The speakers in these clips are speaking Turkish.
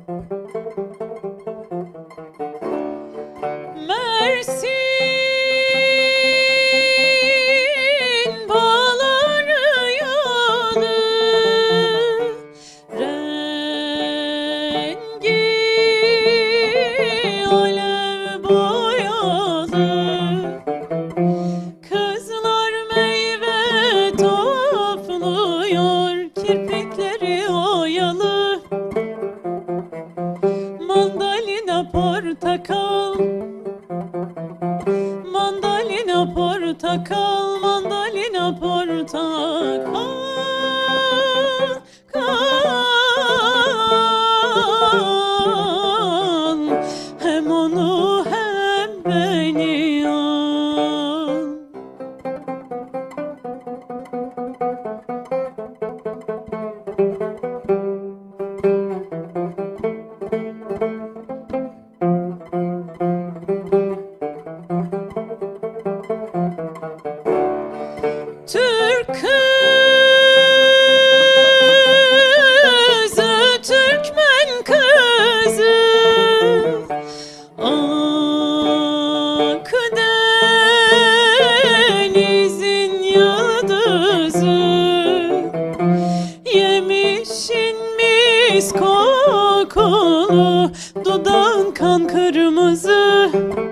Mersin bağları yağlı, rengi alev boyalı, kızlar meyve topluyor, kirpikleri oyalı, mandalina portakal, mandalina portakal, mandalina portakal, hem onu hem beni al. Türk kızı, Türkmen kızı, Akdeniz'in yıldızı, yemişin mis kokulu, dudağın kan kırmızı,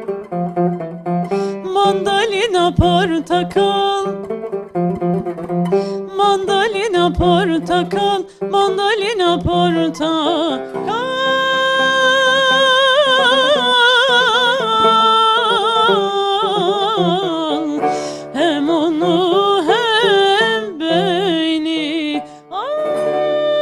mandalina portakal, mandalina portakal, mandalina portakal, hem onu hem beni al.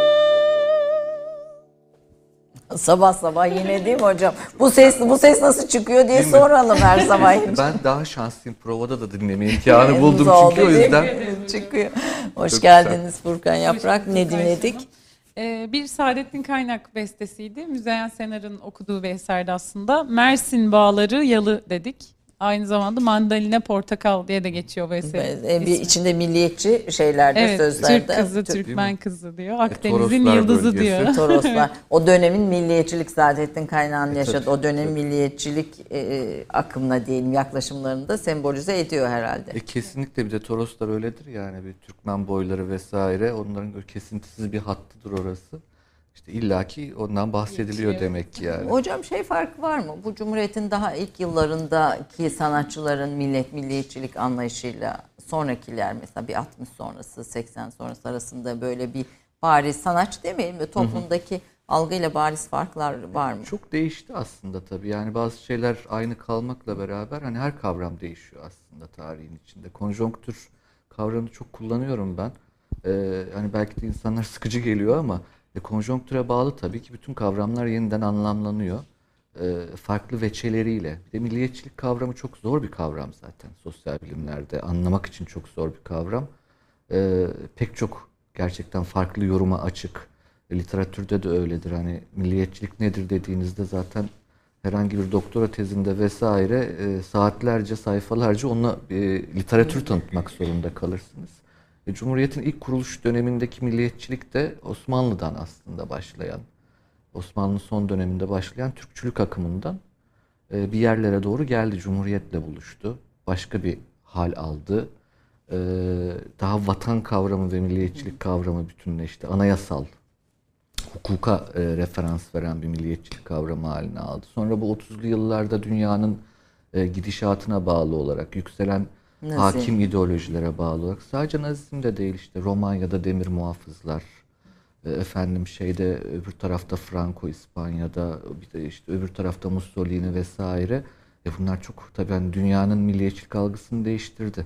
Sabah sabah yine değil mi hocam? Bu ses nasıl çıkıyor diye Değil mi? soralım her sabah. Ben daha şanslıyım. Provada da dinleme imkanı buldum Temmuz oldu çünkü o değil mi? yüzden. Çıkıyor. Hoş Çok geldiniz Furkan Yaprak. Ne dinledik? Bir Saadettin Kaynak bestesiydi. Müzeyyen Senar'ın okuduğu bir eserdi aslında. Mersin bağları yalı dedik. Aynı zamanda mandalina portakal diye de geçiyor bu eserin Bir ismi. içinde milliyetçi şeylerde, Evet, sözlerde. Türk kızı, Türkmen kızı diyor. Akdeniz'in Toroslar yıldızı bölgesi. diyor. Toroslar. O dönemin milliyetçilik, Saadettin Kaynağ'ın yaşadığı tabii, o dönemin milliyetçilik akımına diyelim yaklaşımlarını da sembolize ediyor herhalde. Kesinlikle bir de Toroslar öyledir yani bir Türkmen boyları vesaire onların kesintisiz bir hattıdır orası. İşte illaki ondan bahsediliyor Geçiyor. demek ki yani. Hocam farkı var mı? Bu Cumhuriyet'in daha ilk yıllarındaki sanatçıların milliyetçilik anlayışıyla sonrakiler mesela bir 60 sonrası 80 sonrası arasında böyle bir bariz sanatçı demeyelim de toplumdaki algıyla bariz farklar var mı? Çok değişti aslında tabii. Yani bazı şeyler aynı kalmakla beraber hani her kavram değişiyor aslında tarihin içinde. Konjonktür kavramını çok kullanıyorum ben. Hani belki de insanlar sıkıcı geliyor ama konjonktüre bağlı tabii ki bütün kavramlar yeniden anlamlanıyor. Farklı veçeleriyle. Bir de milliyetçilik kavramı çok zor bir kavram zaten sosyal bilimlerde. Anlamak için çok zor bir kavram. Pek çok gerçekten farklı yoruma açık. Literatürde de öyledir. Hani milliyetçilik nedir dediğinizde zaten herhangi bir doktora tezinde vesaire saatlerce, sayfalarca onunla literatür tanıtmak zorunda kalırsınız. Cumhuriyet'in ilk kuruluş dönemindeki milliyetçilik de Osmanlı'dan aslında başlayan, Osmanlı'nın son döneminde başlayan Türkçülük akımından bir yerlere doğru geldi. Cumhuriyet'le buluştu. Başka bir hal aldı. Daha vatan kavramı ve milliyetçilik kavramı bütünleşti. Anayasal, hukuka referans veren bir milliyetçilik kavramı haline aldı. Sonra bu 30'lu yıllarda dünyanın gidişatına bağlı olarak yükselen hakim ideolojilere bağlı olarak sadece Nazizm de değil işte Romanya'da demir muhafızlar, efendim öbür tarafta Franco İspanya'da bir de işte öbür tarafta Mussolini vesaire. Bunlar çok tabii hani dünyanın milliyetçilik algısını değiştirdi.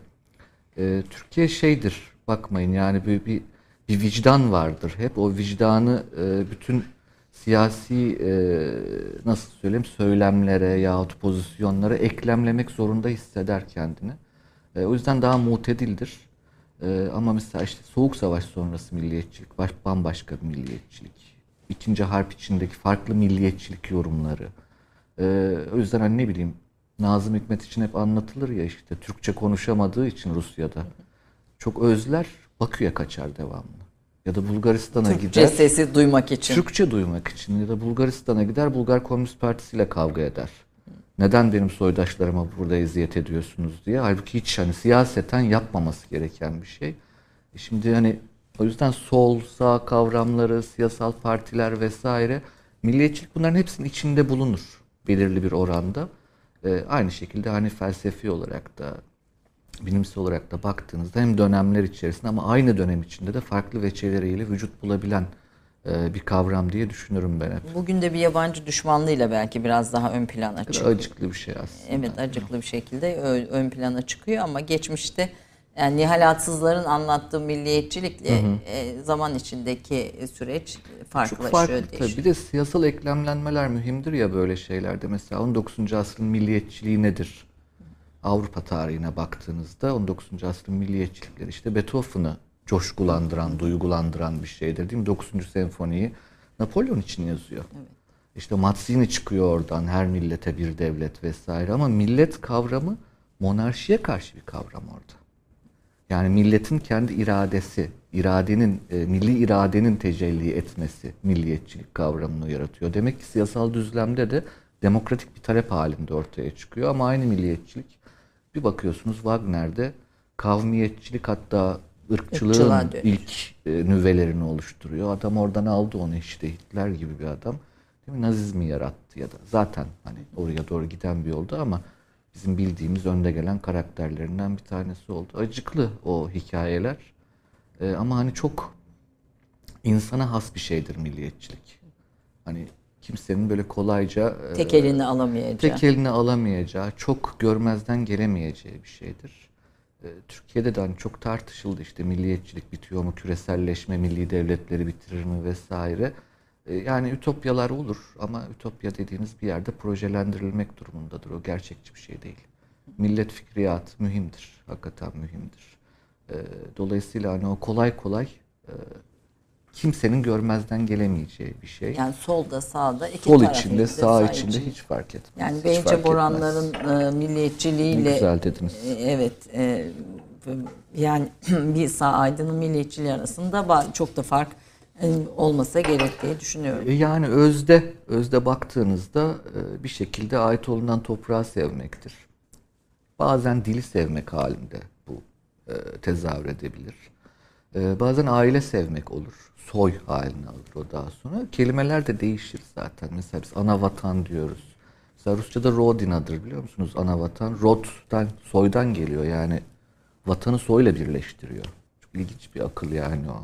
Türkiye bakmayın yani bir vicdan vardır. Hep o vicdanı bütün siyasi nasıl söyleyeyim söylemlere yahut pozisyonlara eklemlemek zorunda hisseder kendini. O yüzden daha mutedildir. Ama mesela işte Soğuk Savaş sonrası milliyetçilik bambaşka bir milliyetçilik. İkinci harp içindeki farklı milliyetçilik yorumları. O yüzden hani ne bileyim Nazım Hikmet için hep anlatılır ya işte Türkçe konuşamadığı için Rusya'da çok özler Bakü'ye kaçar devamlı. Ya da Bulgaristan'a Türkçe gider. sesi duymak için. Türkçe duymak için ya da Bulgaristan'a gider, Bulgar Komünist Partisi ile kavga eder. Neden benim soydaşlarıma burada eziyet ediyorsunuz diye. Halbuki hiç hani siyaseten yapmaması gereken bir şey. Şimdi hani o yüzden sol, sağ kavramları, siyasal partiler vesaire, milliyetçilik bunların hepsinin içinde bulunur belirli bir oranda. Aynı şekilde hani felsefi olarak da, bilimsel olarak da baktığınızda hem dönemler içerisinde ama aynı dönem içinde de farklı veçeleriyle vücut bulabilen bir kavram diye düşünürüm ben hep. Bugün de bir yabancı düşmanlığıyla belki biraz daha ön plana çıkıyor. Acıklı bir şey aslında. Evet, acıklı bir şekilde ön plana çıkıyor ama geçmişte yani Nihal Atsızlar'ın anlattığı milliyetçilikle zaman içindeki süreç Çok farklılaşıyor, farklı değişiyor. tabii. Bir de siyasal eklemlenmeler mühimdir ya böyle şeylerde. Mesela 19. asrın milliyetçiliği nedir? Avrupa tarihine baktığınızda 19. asrın milliyetçilikleri işte Beethoven'ı coşkulandıran, duygulandıran bir şeydir değil mi? 9. senfoniyi Napolyon için yazıyor. Evet. İşte Mazzini çıkıyor oradan, her millete bir devlet vesaire, ama millet kavramı monarşiye karşı bir kavram orada. Yani milletin kendi iradesi, milli iradenin tecelli etmesi milliyetçilik kavramını yaratıyor. Demek ki siyasal düzlemde de demokratik bir talep halinde ortaya çıkıyor. Ama aynı milliyetçilik bir bakıyorsunuz Wagner'de kavmiyetçilik, hatta ırkçılığın ilk nüvelerini oluşturuyor. Adam oradan aldı onu, işte Hitler gibi bir adam. Değil mi? Nazizmi yarattı ya da zaten hani oraya doğru giden bir yoldu ama bizim bildiğimiz önde gelen karakterlerinden bir tanesi oldu. Acıklı o hikayeler. Ama hani çok insana has bir şeydir milliyetçilik. Hani kimsenin böyle kolayca Tek elini alamayacağı. Çok görmezden gelemeyeceği bir şeydir. Türkiye'de de hani çok tartışıldı, işte milliyetçilik bitiyor mu, küreselleşme milli devletleri bitirir mi vesaire. Yani ütopyalar olur ama ütopya dediğiniz bir yerde projelendirilmek durumundadır. O gerçekçi bir şey değil. Millet fikriyat mühimdir. Hakikaten mühimdir. Dolayısıyla hani o kolay kolay kimsenin görmezden gelemeyeceği bir şey. Yani solda sağda iki Sol taraf içinde, sağ içinde hiç fark etmez. Yani Hiç Beyce fark Boranların etmez. milliyetçiliğiyle Ne güzel dediniz. Evet, yani bir sağ aydının milliyetçiliği arasında çok da fark olmasa gerek diye düşünüyorum. Yani özde baktığınızda bir şekilde ait olunan toprağı sevmektir. Bazen dili sevmek halinde bu tezahür edebilir. Bazen aile sevmek olur. Soy haline alır o daha sonra. Kelimeler de değişir zaten. Mesela biz ana vatan diyoruz. Mesela Rusça'da Rodina'dır, biliyor musunuz? Ana vatan. Rod'dan, soydan geliyor. Yani vatanı soyla birleştiriyor. Çok ilginç bir akıl yani o.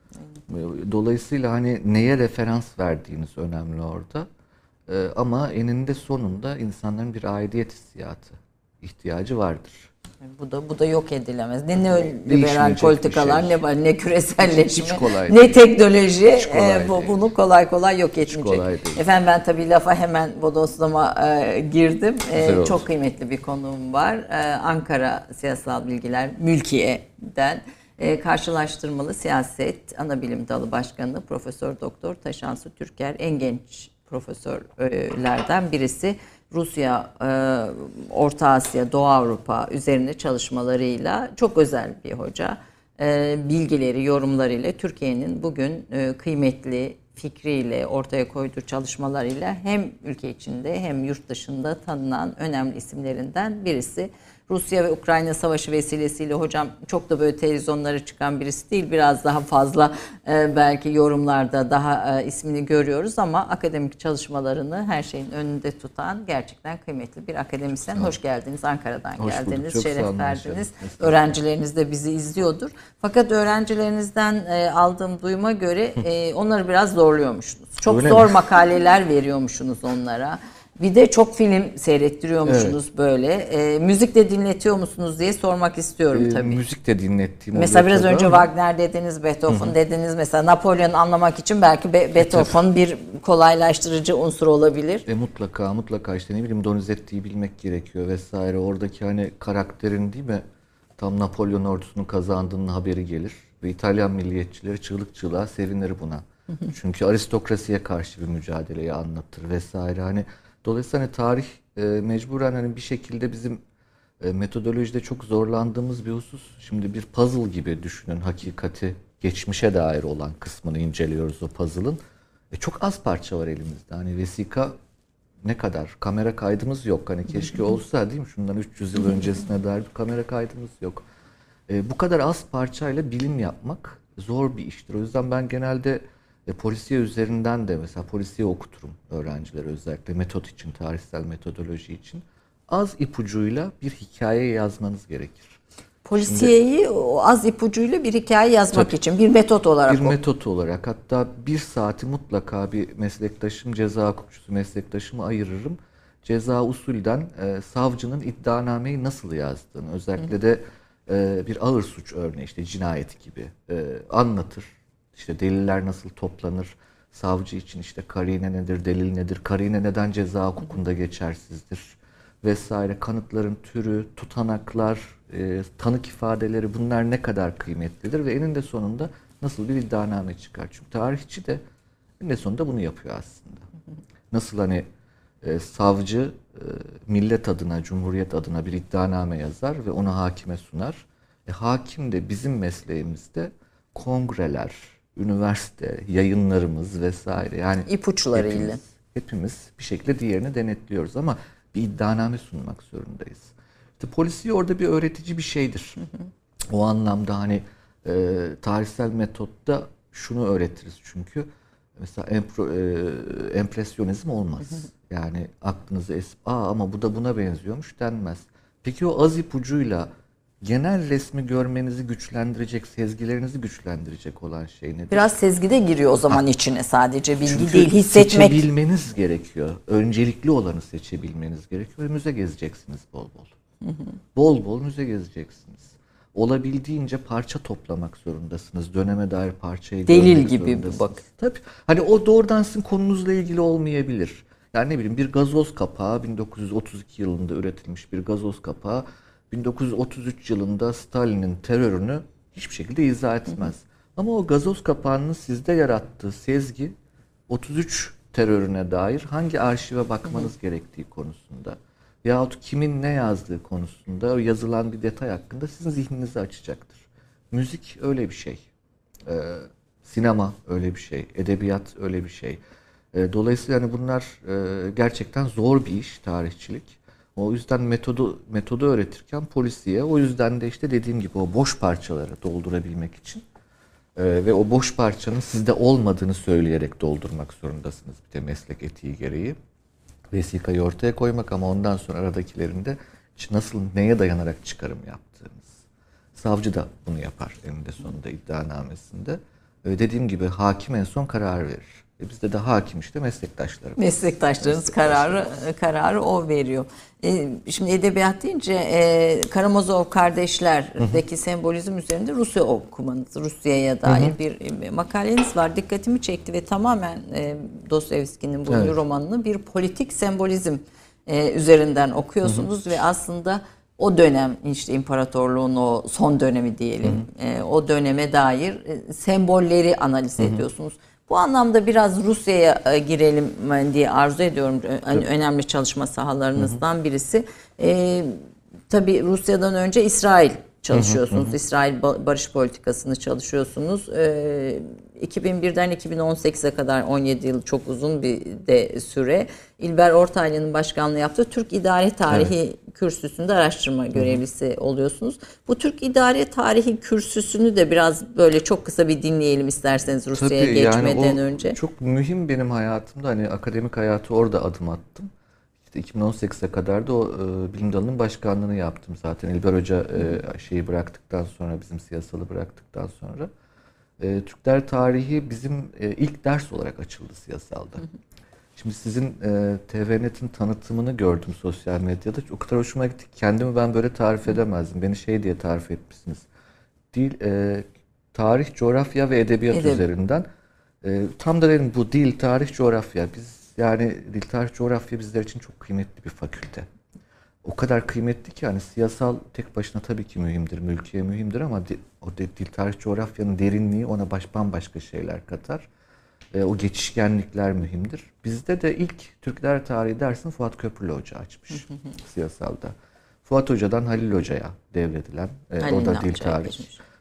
Dolayısıyla hani neye referans verdiğiniz önemli orada. Ama eninde sonunda insanların bir aidiyet hissiyatı, ihtiyacı vardır. Bu da yok edilemez. Ne liberal politikalar, şey. ne var, ne küreselleşme, Hiç kolay ne değil. teknoloji Kolay bunu kolay kolay yok etmeyecek. kolay değil. Efendim, ben tabii lafa hemen bodoslama girdim. Güzel oldu. Çok kıymetli bir konuğum var. Ankara Siyasal Bilgiler Mülkiye'den Karşılaştırmalı Siyaset Anabilim Dalı Başkanı Profesör Doktor Taşansu Türker, en genç profesörlerden birisi. Rusya, Orta Asya, Doğu Avrupa üzerine çalışmalarıyla çok özel bir hoca. Bilgileri, yorumlarıyla Türkiye'nin bugün kıymetli fikriyle ortaya koyduğu çalışmalarıyla hem ülke içinde hem yurt dışında tanınan önemli isimlerinden birisi. Rusya ve Ukrayna savaşı vesilesiyle hocam çok da böyle televizyonlara çıkan birisi değil. Biraz daha fazla belki yorumlarda daha ismini görüyoruz ama akademik çalışmalarını her şeyin önünde tutan gerçekten kıymetli bir akademisyen. Hoş geldiniz. Ankara'dan Hoş bulduk. geldiniz. Çok sağ Şeref olun verdiniz. hocam. Öğrencileriniz de bizi izliyordur. Fakat öğrencilerinizden aldığım duyuma göre onları biraz zorluyormuşsunuz. Çok Öyle zor mi? makaleler veriyormuşsunuz onlara. Bir de çok film seyrettiriyormuşsunuz böyle. Müzik de dinletiyor musunuz diye sormak istiyorum tabii. Müzik de dinlettiğim Mesela oluyor biraz tabii önce ama Wagner dediniz, Beethoven dediniz. Mesela Napolyon'u anlamak için belki Beethoven bir kolaylaştırıcı unsur olabilir. mutlaka işte ne bileyim Donizetti'yi bilmek gerekiyor vesaire. Oradaki hani karakterin, değil mi, tam Napolyon ordusunun kazandığının haberi gelir. Ve İtalyan milliyetçileri çığlık çığlığa sevinir buna. Çünkü aristokrasiye karşı bir mücadeleyi anlatır vesaire. Hani dolayısıyla hani tarih mecburen hani bir şekilde bizim metodolojide çok zorlandığımız bir husus. Şimdi bir puzzle gibi düşünün hakikati geçmişe dair olan kısmını inceliyoruz o puzzle'ın. Çok az parça var elimizde. Hani vesika ne kadar? Kamera kaydımız yok. Hani keşke olsa değil mi? Şundan 300 yıl öncesine dair bir kamera kaydımız yok. Bu kadar az parçayla bilim yapmak zor bir iştir. O yüzden ben genelde polisiye üzerinden de mesela polisiye okuturum öğrencilere, özellikle metot için, tarihsel metodoloji için. Az ipucuyla bir hikaye yazmanız gerekir. Polisiyeyi o az ipucuyla bir hikaye yazmak için bir metot olarak. Bir metot olarak, hatta bir saati mutlaka bir meslektaşım, ceza hukukçusu meslektaşımı ayırırım. Ceza usulden savcının iddianameyi nasıl yazdığını, özellikle de bir ağır suç örneği, işte cinayet gibi anlatır. İşte deliller nasıl toplanır, savcı için işte karine nedir, delil nedir, karine neden ceza hukukunda geçersizdir vesaire, kanıtların türü, tutanaklar, tanık ifadeleri, bunlar ne kadar kıymetlidir ve eninde sonunda nasıl bir iddianame çıkar. Çünkü tarihçi de eninde sonunda bunu yapıyor aslında. Nasıl hani savcı millet adına, cumhuriyet adına bir iddianame yazar ve onu hakime sunar. Hakim de bizim mesleğimizde kongreler, üniversite, yayınlarımız vesaire, yani ipuçlarıyla hepimiz bir şekilde diğerini denetliyoruz ama bir iddianame sunmak zorundayız. İşte polisiye orada bir öğretici bir şeydir. O anlamda hani tarihsel metotta şunu öğretiriz çünkü mesela empresyonizm olmaz. Yani aklınızı esip ama bu da buna benziyormuş denmez. Peki o az ipucuyla genel resmi görmenizi güçlendirecek, sezgilerinizi güçlendirecek olan şey nedir? Biraz sezgide giriyor o zaman içine, sadece bilgi Çünkü değil, hissetmek. seçebilmeniz gerekiyor. Öncelikli olanı seçebilmeniz gerekiyor ve müze gezeceksiniz bol bol. Bol bol müze gezeceksiniz. Olabildiğince parça toplamak zorundasınız. Döneme dair parçayı Delil görmek gibi zorundasınız. bak. Tabii. Hani o doğrudan sizin konunuzla ilgili olmayabilir. Yani ne bileyim, bir gazoz kapağı 1932 yılında üretilmiş bir gazoz kapağı 1933 yılında Stalin'in terörünü hiçbir şekilde izah etmez. Ama o gazoz kapağının sizde yarattığı sezgi 33 terörüne dair hangi arşive bakmanız gerektiği konusunda yahut kimin ne yazdığı konusunda o yazılan bir detay hakkında sizin zihninizi açacaktır. Müzik öyle bir şey. Sinema öyle bir şey. Edebiyat öyle bir şey. Dolayısıyla hani bunlar gerçekten zor bir iş, tarihçilik. O yüzden metodu öğretirken polisiye, o yüzden de işte dediğim gibi o boş parçaları doldurabilmek için ve o boş parçanın sizde olmadığını söyleyerek doldurmak zorundasınız, bir de meslek etiği gereği. Vesikayı ortaya koymak ama ondan sonra aradakilerin de nasıl, neye dayanarak çıkarım yaptığınız. Savcı da bunu yapar eninde sonunda iddianamesinde. Dediğim gibi hakim en son karar verir. Bizde de hakim işte meslektaşlarımız. Meslektaşlarınız kararı o veriyor. Şimdi edebiyat deyince Karamazov kardeşlerdeki sembolizm üzerinde Rusya okumanız, Rusya'ya dair bir makaleniz var. Dikkatimi çekti ve tamamen Dostoyevski'nin bu romanını bir politik sembolizm üzerinden okuyorsunuz ve aslında o dönem, işte imparatorluğun o son dönemi diyelim, o döneme dair sembolleri analiz ediyorsunuz. Bu anlamda biraz Rusya'ya girelim diye arzu ediyorum. Önemli çalışma sahalarınızdan birisi. Tabii Rusya'dan önce İsrail çalışıyorsunuz. İsrail barış politikasını çalışıyorsunuz. 2001'den 2018'e kadar 17 yıl, çok uzun bir de süre. İlber Ortaylı'nın başkanlığı yaptığı Türk İdare Tarihi Kürsüsü'nde araştırma görevlisi oluyorsunuz. Bu Türk İdare Tarihi Kürsüsü'nü de biraz böyle çok kısa bir dinleyelim isterseniz, Rusya'ya geçmeden yani önce. Çok mühim benim hayatımda, hani akademik hayatı orada adım attım. İşte 2018'e kadar da o bilim dalının başkanlığını yaptım zaten. İlber Hoca şeyi bıraktıktan sonra, bizim siyasalı bıraktıktan sonra. Türkler tarihi bizim ilk ders olarak açıldı siyasalda. Şimdi sizin TVNet'in tanıtımını gördüm sosyal medyada. O kadar hoşuma gitti. Kendimi ben böyle tarif edemezdim. Beni şey diye tarif etmişsiniz. Dil, tarih, coğrafya ve edebiyat üzerinden. Tam da dedim, bu dil, tarih, coğrafya. Yani dil, tarih, coğrafya bizler için çok kıymetli bir fakülte. O kadar kıymetli ki hani siyasal tek başına tabii ki mühimdir, mülkiye mühimdir ama o dil, tarih, coğrafyanın derinliği ona bambaşka şeyler katar. O geçişkenlikler mühimdir. Bizde de ilk Türkler tarihi dersini Fuat Köprülü Hoca açmış siyasalda. Fuat Hoca'dan Halil Hoca'ya devredilen, o da dil tarih.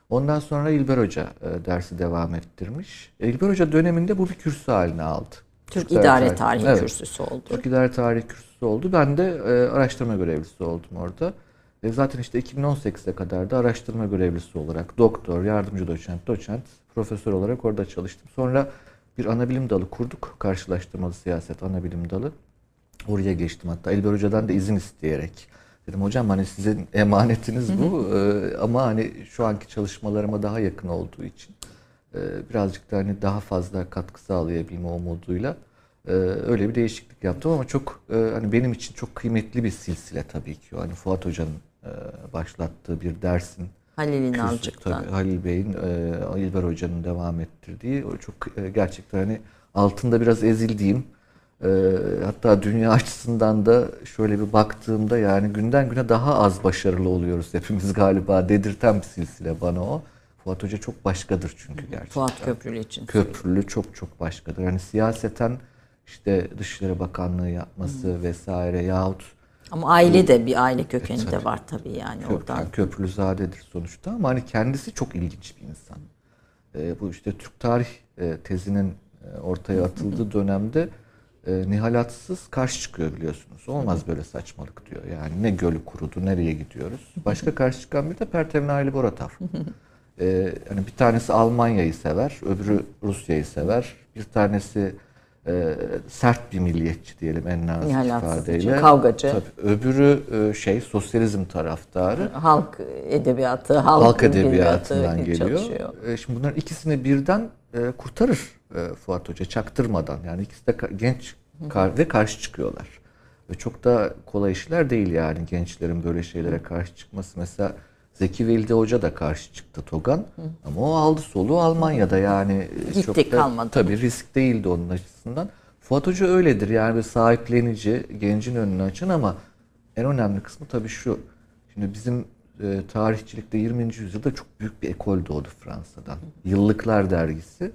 Ondan sonra İlber Hoca dersi devam ettirmiş. İlber Hoca döneminde bu bir kürsü haline aldı. Türk İdare Tarihi evet, kürsüsü oldu. Türk İdare Tarihi kürsüsü oldu. Ben de araştırma görevlisi oldum orada. Zaten işte 2018'e kadar da araştırma görevlisi olarak doktor, yardımcı doçent, profesör olarak orada çalıştım. Sonra bir anabilim dalı kurduk. Karşılaştırmalı siyaset anabilim dalı. Oraya geçtim hatta. İlber Hoca'dan da izin isteyerek. Dedim hocam hani sizin emanetiniz bu ama hani şu anki çalışmalarıma daha yakın olduğu için birazcık da hani daha fazla katkı sağlayabilme umuduyla öyle bir değişiklik yaptım ama çok hani benim için çok kıymetli bir silsile tabii ki o. Hani Fuat Hoca'nın başlattığı bir dersin Halil kürsü, İnalcık'tan. tabii Halil Bey'in, İlber Hoca'nın devam ettirdiği o çok gerçekten hani altında biraz ezildiğim hatta dünya açısından da şöyle bir baktığımda yani günden güne daha az başarılı oluyoruz hepimiz galiba dedirten bir silsile bana o. Fuat Hoca çok başkadır çünkü gerçekten. Fuat Köprülü için. Köprülü çok başkadır. Hani siyaseten işte Dışişleri Bakanlığı yapması vesaire yahut Ama aile de bir aile kökeni de var tabii yani oradan. yani Köprülüzadedir sonuçta ama hani kendisi çok ilginç bir insan. Bu işte Türk tarih tezinin ortaya atıldığı dönemde nihalatsız karşı çıkıyor biliyorsunuz. Olmaz böyle saçmalık diyor. Yani ne gölü kurudu, nereye gidiyoruz? Başka karşı çıkan bir de Pertev Naili Boratov. Hani bir tanesi Almanya'yı sever, öbürü Rusya'yı sever. Bir tanesi sert bir milliyetçi diyelim en nazik ifadeyle. Kavgacı. Tabii, öbürü sosyalizm taraftarı. Halk edebiyatı, halk edebiyatından geliyor. çalışıyor. Şimdi bunların ikisini birden kurtarır Fuat Hoca çaktırmadan. Yani ikisi de genç ve karşı çıkıyorlar. Ve çok da kolay işler değil yani gençlerin böyle şeylere karşı çıkması. Mesela Zeki Velidi Hoca da karşı çıktı TOGAN. Ama o aldı soluğu Almanya'da yani. Gitti çok da, kalmadı. Tabii risk değildi onun açısından. Fuat Hoca öyledir yani sahiplenici, gencin önünü açan ama en önemli kısmı tabii şu. Şimdi bizim tarihçilikte 20. yüzyılda çok büyük bir ekol doğdu Fransa'dan. Yıllıklar dergisi.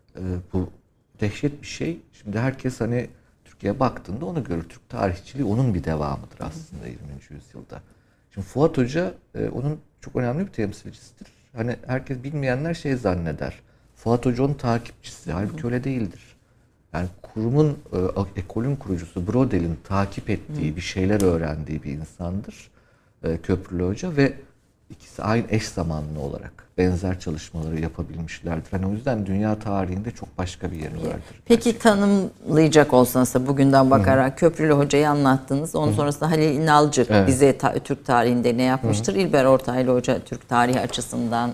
Bu dehşet bir şey. Şimdi herkes hani Türkiye'ye baktığında onu görür. Türk tarihçiliği onun bir devamıdır aslında 20. yüzyılda. Şimdi Fuat Hoca onun çok önemli bir temsilcisidir. Hani herkes bilmeyenler şey zanneder. Fuat Hoca onun takipçisi. Halbuki öyle değildir. Yani kurumun, ekolün kurucusu Brodel'in takip ettiği, bir şeyler öğrendiği bir insandır. Köprülü Hoca ve ikisi aynı eş zamanlı olarak benzer çalışmaları yapabilmişlerdir. Hani o yüzden dünya tarihinde çok başka bir yeri vardır. Peki tanımlayacak olsanız da bugünden bakarak Köprülü Hoca'yı anlattınız. Onun sonrasında Halil İnalcık bize Türk tarihinde ne yapmıştır? İlber Ortaylı Hoca Türk tarihi açısından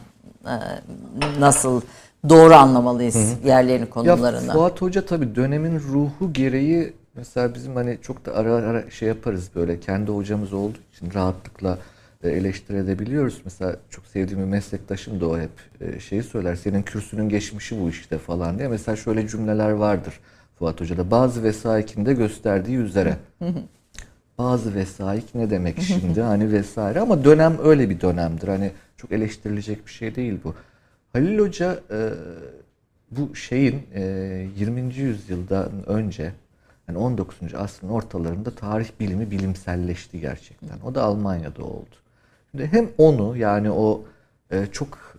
nasıl doğru anlamalıyız yerlerini, konumlarını? Ya Fuat Hoca tabii dönemin ruhu gereği mesela bizim hani çok da ara şey yaparız böyle kendi hocamız olduğu için rahatlıkla eleştirebiliyoruz. Mesela çok sevdiğim bir meslektaşım da o hep şeyi söyler. Senin kürsünün geçmişi bu işte falan diye. Mesela şöyle cümleler vardır Fuat Hoca'da. Bazı vesaikinde gösterdiği üzere. Bazı vesaik ne demek şimdi hani vesaire ama dönem öyle bir dönemdir. Hani çok eleştirilecek bir şey değil bu. Halil Hoca bu şeyin 20. yüzyıldan önce yani 19. asrın ortalarında tarih bilimi bilimselleşti gerçekten. O da Almanya'da oldu. Şimdi hem onu yani o çok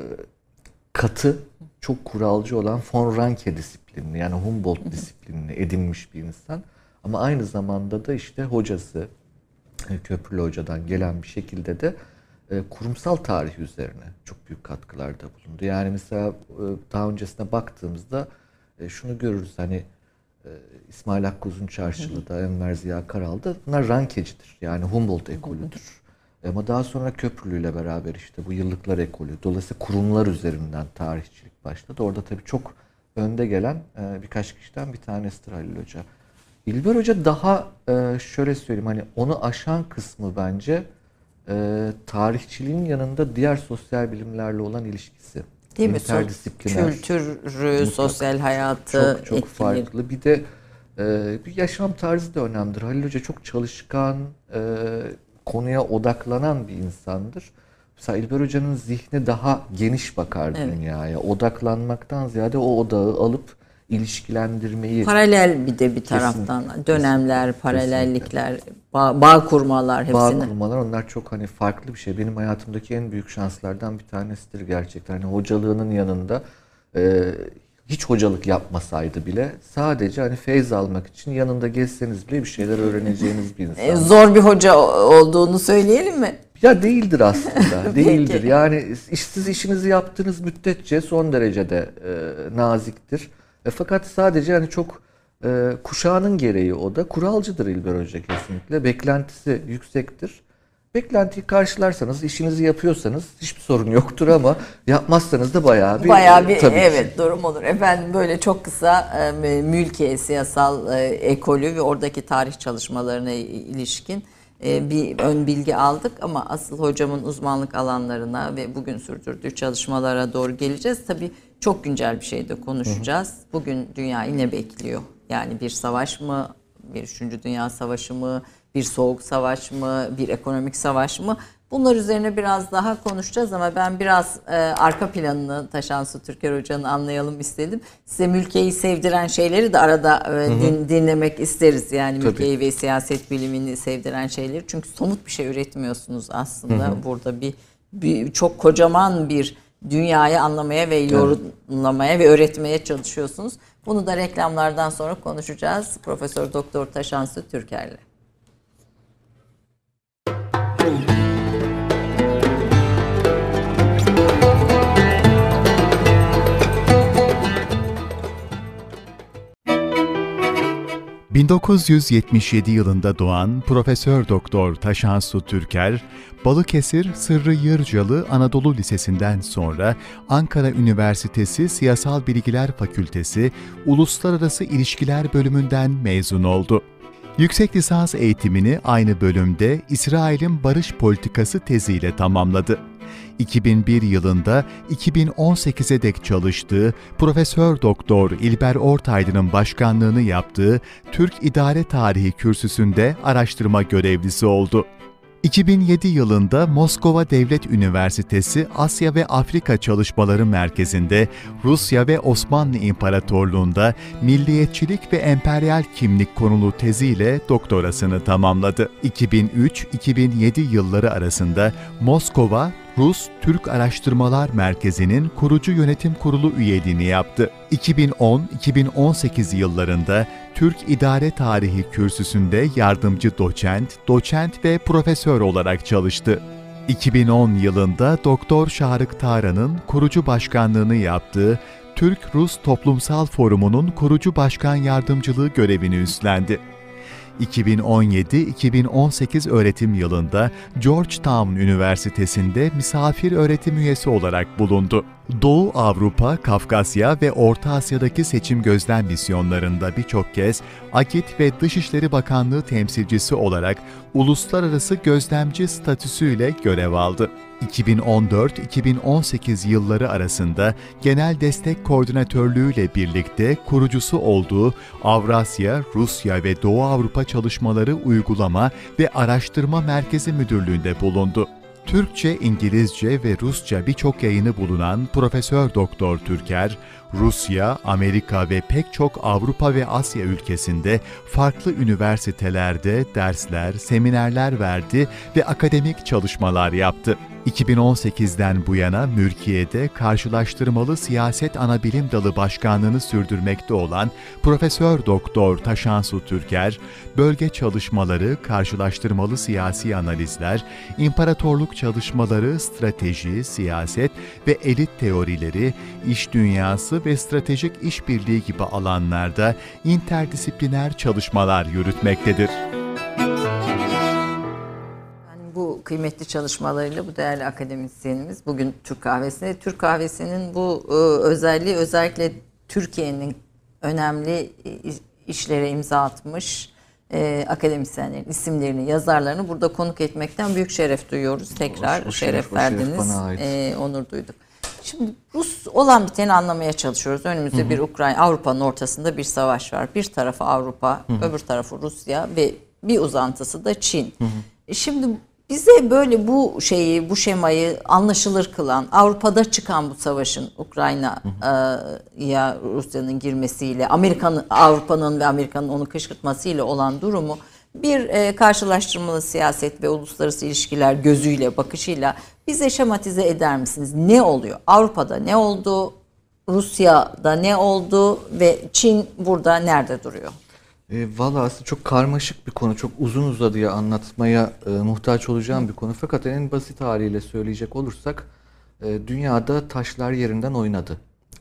katı, çok kuralcı olan von Ranke disiplinini yani Humboldt disiplinini edinmiş bir insan. Ama aynı zamanda da işte hocası Köprülü Hoca'dan gelen bir şekilde de kurumsal tarih üzerine çok büyük katkılarda bulundu. Yani mesela daha öncesine baktığımızda şunu görürüz hani İsmail Hakkı Uzunçarşılı'da, Enver Ziya Karal'da bunlar Rankecidir. Yani Humboldt ekolüdür. Ama daha sonra Köprülü ile beraber işte bu yıllıklar ekolü, dolayısıyla kurumlar üzerinden tarihçilik başladı. Orada tabii çok önde gelen birkaç kişiden bir tanesidir Halil Hoca. İlber Hoca daha şöyle söyleyeyim hani onu aşan kısmı bence tarihçiliğin yanında diğer sosyal bilimlerle olan ilişkisi. Değil mi? İnterdisipliner. Kültürü, sosyal hayatı çok etkileri. farklı. Bir de bir yaşam tarzı da önemlidir. Halil Hoca çok çalışkan, konuya odaklanan bir insandır. Mesela İlber Hoca'nın zihni daha geniş bakar dünyaya. Odaklanmaktan ziyade o odağı alıp ilişkilendirmeyi Paralel bir de bir taraftan dönemler, paralellikler, bağ kurmalar hepsini. bağ kurmalar, onlar çok hani farklı bir şey. Benim hayatımdaki en büyük şanslardan bir tanesidir gerçekten. Hani hocalığının yanında hiç hocalık yapmasaydı bile sadece hani feyz almak için yanında gezseniz bile bir şeyler öğreneceğiniz bir insan. Zor bir hoca olduğunu söyleyelim mi? Ya değildir aslında. Değildir. Peki. Yani siz işinizi yaptığınız müddetçe son derecede naziktir. Fakat sadece hani çok kuşağının gereği o da kuralcıdır İlber Hoca kesinlikle. Beklentisi yüksektir. Beklentiyi karşılarsanız, işinizi yapıyorsanız hiçbir sorun yoktur ama yapmazsanız da bayağı bir tabii evet ki. durum olur. Efendim böyle çok kısa Mülkiye Siyasal Ekolü ve oradaki tarih çalışmalarına ilişkin bir ön bilgi aldık ama asıl hocamın uzmanlık alanlarına ve bugün sürdürdüğü çalışmalara doğru geleceğiz. Tabii çok güncel bir şey de konuşacağız. Bugün dünyayı ne bekliyor? Yani bir savaş mı, bir 3. Dünya Savaşı mı, bir soğuk savaş mı, bir ekonomik savaş mı? Bunlar üzerine biraz daha konuşacağız ama ben biraz arka planını Taşansu Türker Hoca'nın anlayalım istedim. Size mülkiyeyi sevdiren şeyleri de arada dinlemek isteriz. Yani mülkiyeyi ve siyaset bilimini sevdiren şeyleri. Çünkü somut bir şey üretmiyorsunuz aslında. Burada bir çok kocaman bir dünyayı anlamaya ve yorumlamaya ve öğretmeye çalışıyorsunuz. Bunu da reklamlardan sonra konuşacağız. Profesör Doktor Taşansu Türker'le. ...1977 yılında doğan Profesör Doktor Taşansu Türker, Balıkesir Sırrı Yırcalı Anadolu Lisesi'nden sonra Ankara Üniversitesi Siyasal Bilgiler Fakültesi Uluslararası İlişkiler Bölümünden mezun oldu. Yüksek lisans eğitimini aynı bölümde İsrail'in barış politikası teziyle tamamladı. 2001 yılında 2018'e dek çalıştığı Profesör Doktor İlber Ortaylı'nın başkanlığını yaptığı Türk İdare Tarihi Kürsüsü'nde araştırma görevlisi oldu. 2007 yılında Moskova Devlet Üniversitesi Asya ve Afrika Çalışmaları Merkezi'nde Rusya ve Osmanlı İmparatorluğu'nda milliyetçilik ve emperyal kimlik konulu teziyle doktorasını tamamladı. 2003-2007 yılları arasında Moskova Rus-Türk Araştırmalar Merkezi'nin kurucu yönetim kurulu üyeliğini yaptı. 2010-2018 yıllarında Türk İdare Tarihi Kürsüsü'nde yardımcı doçent ve profesör olarak çalıştı. 2010 yılında Doktor Şarık Tarhan'ın kurucu başkanlığını yaptığı Türk-Rus Toplumsal Forumu'nun kurucu başkan yardımcılığı görevini üstlendi. 2017-2018 öğretim yılında Georgetown Üniversitesi'nde misafir öğretim üyesi olarak bulundu. Doğu Avrupa, Kafkasya ve Orta Asya'daki seçim gözlem misyonlarında birçok kez AGİT ve Dışişleri Bakanlığı temsilcisi olarak uluslararası gözlemci statüsüyle görev aldı. 2014-2018 yılları arasında Genel Destek Koordinatörlüğü ile birlikte kurucusu olduğu Avrasya, Rusya ve Doğu Avrupa Çalışmaları Uygulama ve Araştırma Merkezi Müdürlüğü'nde bulundu. Türkçe, İngilizce ve Rusça birçok yayını bulunan Profesör Doktor Türker, Rusya, Amerika ve pek çok Avrupa ve Asya ülkesinde farklı üniversitelerde dersler, seminerler verdi ve akademik çalışmalar yaptı. 2018'den bu yana Mülkiye'de Karşılaştırmalı Siyaset Anabilim Dalı Başkanlığını sürdürmekte olan Profesör Doktor Taşansu Türker, bölge çalışmaları, karşılaştırmalı siyasi analizler, imparatorluk çalışmaları, strateji, siyaset ve elit teorileri, iş dünyası ve stratejik işbirliği gibi alanlarda interdisipliner çalışmalar yürütmektedir. Bu kıymetli çalışmalarıyla bu değerli akademisyenimiz bugün Türk Kahvesi'nde. Türk Kahvesi'nin bu özelliği özellikle Türkiye'nin önemli işlere imza atmış akademisyenlerin isimlerini, yazarlarını burada konuk etmekten büyük şeref duyuyoruz. Tekrar şeref verdiniz, onur duyduk. Şimdi Rus olan biteni anlamaya çalışıyoruz. Önümüzde bir Avrupa'nın ortasında bir savaş var. Bir tarafı Avrupa, öbür tarafı Rusya ve bir uzantısı da Çin. Şimdi Bize böyle bu şemayı anlaşılır kılan, Avrupa'da çıkan bu savaşın Ukrayna'ya Rusya'nın girmesiyle, Avrupa'nın ve Amerika'nın onu kışkırtmasıyla olan durumu bir karşılaştırmalı siyaset ve uluslararası ilişkiler gözüyle, bakışıyla bize şematize eder misiniz? Ne oluyor? Avrupa'da ne oldu? Rusya'da ne oldu? Ve Çin burada nerede duruyor? Valla aslında çok karmaşık bir konu, çok uzun uzadıya anlatmaya muhtaç olacağım bir konu. Fakat en basit haliyle söyleyecek olursak dünyada taşlar yerinden oynadı.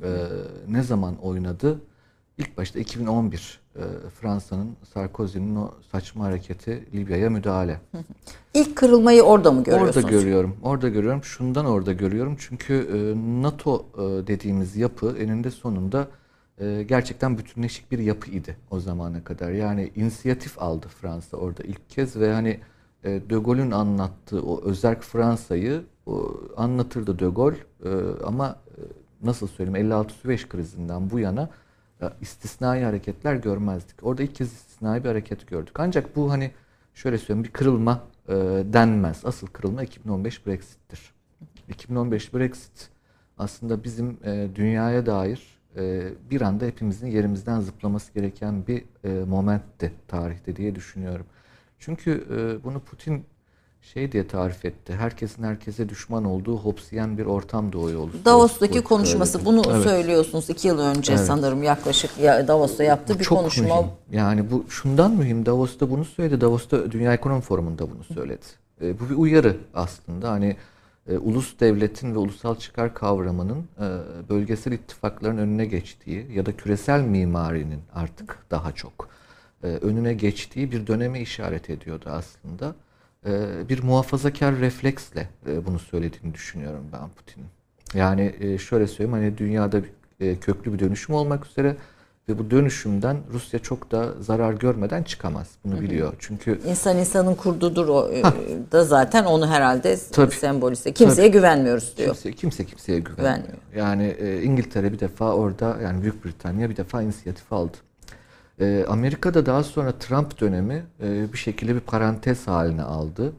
Ne zaman oynadı? İlk başta 2011 Fransa'nın, Sarkozy'nin o saçma hareketi, Libya'ya müdahale. İlk kırılmayı orada mı görüyorsunuz? Orada görüyorum. Şundan orada görüyorum. Çünkü NATO dediğimiz yapı eninde sonunda gerçekten bütünleşik bir yapı idi o zamana kadar. Yani inisiyatif aldı Fransa orada ilk kez ve hani De Gaulle'ün anlattığı o özerk Fransa'yı anlatırdı De Gaulle. Ama nasıl söyleyeyim, 56 Süveyş krizinden bu yana istisnai hareketler görmezdik. Orada ilk kez istisnai bir hareket gördük. Ancak bu hani şöyle söyleyeyim, bir kırılma denmez. Asıl kırılma 2015 Brexit'tir. 2015 Brexit aslında bizim dünyaya dair bir anda hepimizin yerimizden zıplaması gereken bir momentti tarihte diye düşünüyorum. Çünkü bunu Putin diye tarif etti. Herkesin herkese düşman olduğu Hobbesiyen bir ortam doğuyor. Davos'taki konuşması bunu evet. Söylüyorsunuz 2 yıl önce evet. Sanırım yaklaşık Davos'ta yaptığı bir çok konuşma. Mühim. Yani bu şundan mühim, Davos'ta bunu söyledi. Davos'ta Dünya Ekonomi Forumu'nda bunu söyledi. Bu bir uyarı aslında. Hani ulus devletin ve ulusal çıkar kavramının bölgesel ittifakların önüne geçtiği ya da küresel mimarinin artık daha çok önüne geçtiği bir döneme işaret ediyordu aslında. Bir muhafazakar refleksle bunu söylediğini düşünüyorum ben Putin'in. Yani şöyle söyleyeyim, hani dünyada köklü bir dönüşüm olmak üzere ve bu dönüşümden Rusya çok da zarar görmeden çıkamaz. Bunu biliyor. Çünkü insanın kurdudur o da zaten onu herhalde sembolize. Kimseye tabii. güvenmiyoruz diyor. Kimseye güvenmiyor. Yani İngiltere bir defa orada, yani Büyük Britanya bir defa inisiyatif aldı. Amerika'da daha sonra Trump dönemi bir şekilde bir parantez haline aldı.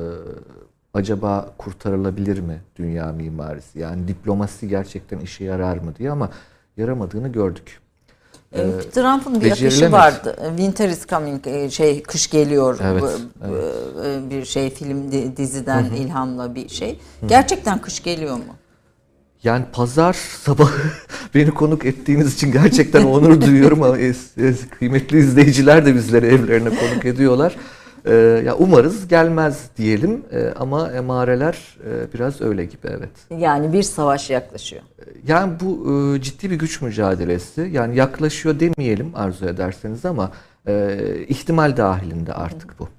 Acaba kurtarılabilir mi dünya mimarisi? Yani diplomasi gerçekten işe yarar mı diye, ama yaramadığını gördük. Trump'ın bir yakışı vardı. Winter is coming, kış geliyor. Evet. Bir film diziden ilhamla bir şey. Gerçekten kış geliyor mu? Yani pazar sabahı beni konuk ettiğiniz için gerçekten onur duyuyorum, ama kıymetli izleyiciler de bizleri evlerine konuk ediyorlar. Ya umarız gelmez diyelim, ama emareler biraz öyle gibi, evet. Yani bir savaş yaklaşıyor. Yani bu ciddi bir güç mücadelesi. Yani yaklaşıyor demeyelim arzu ederseniz, ama ihtimal dahilinde artık bu.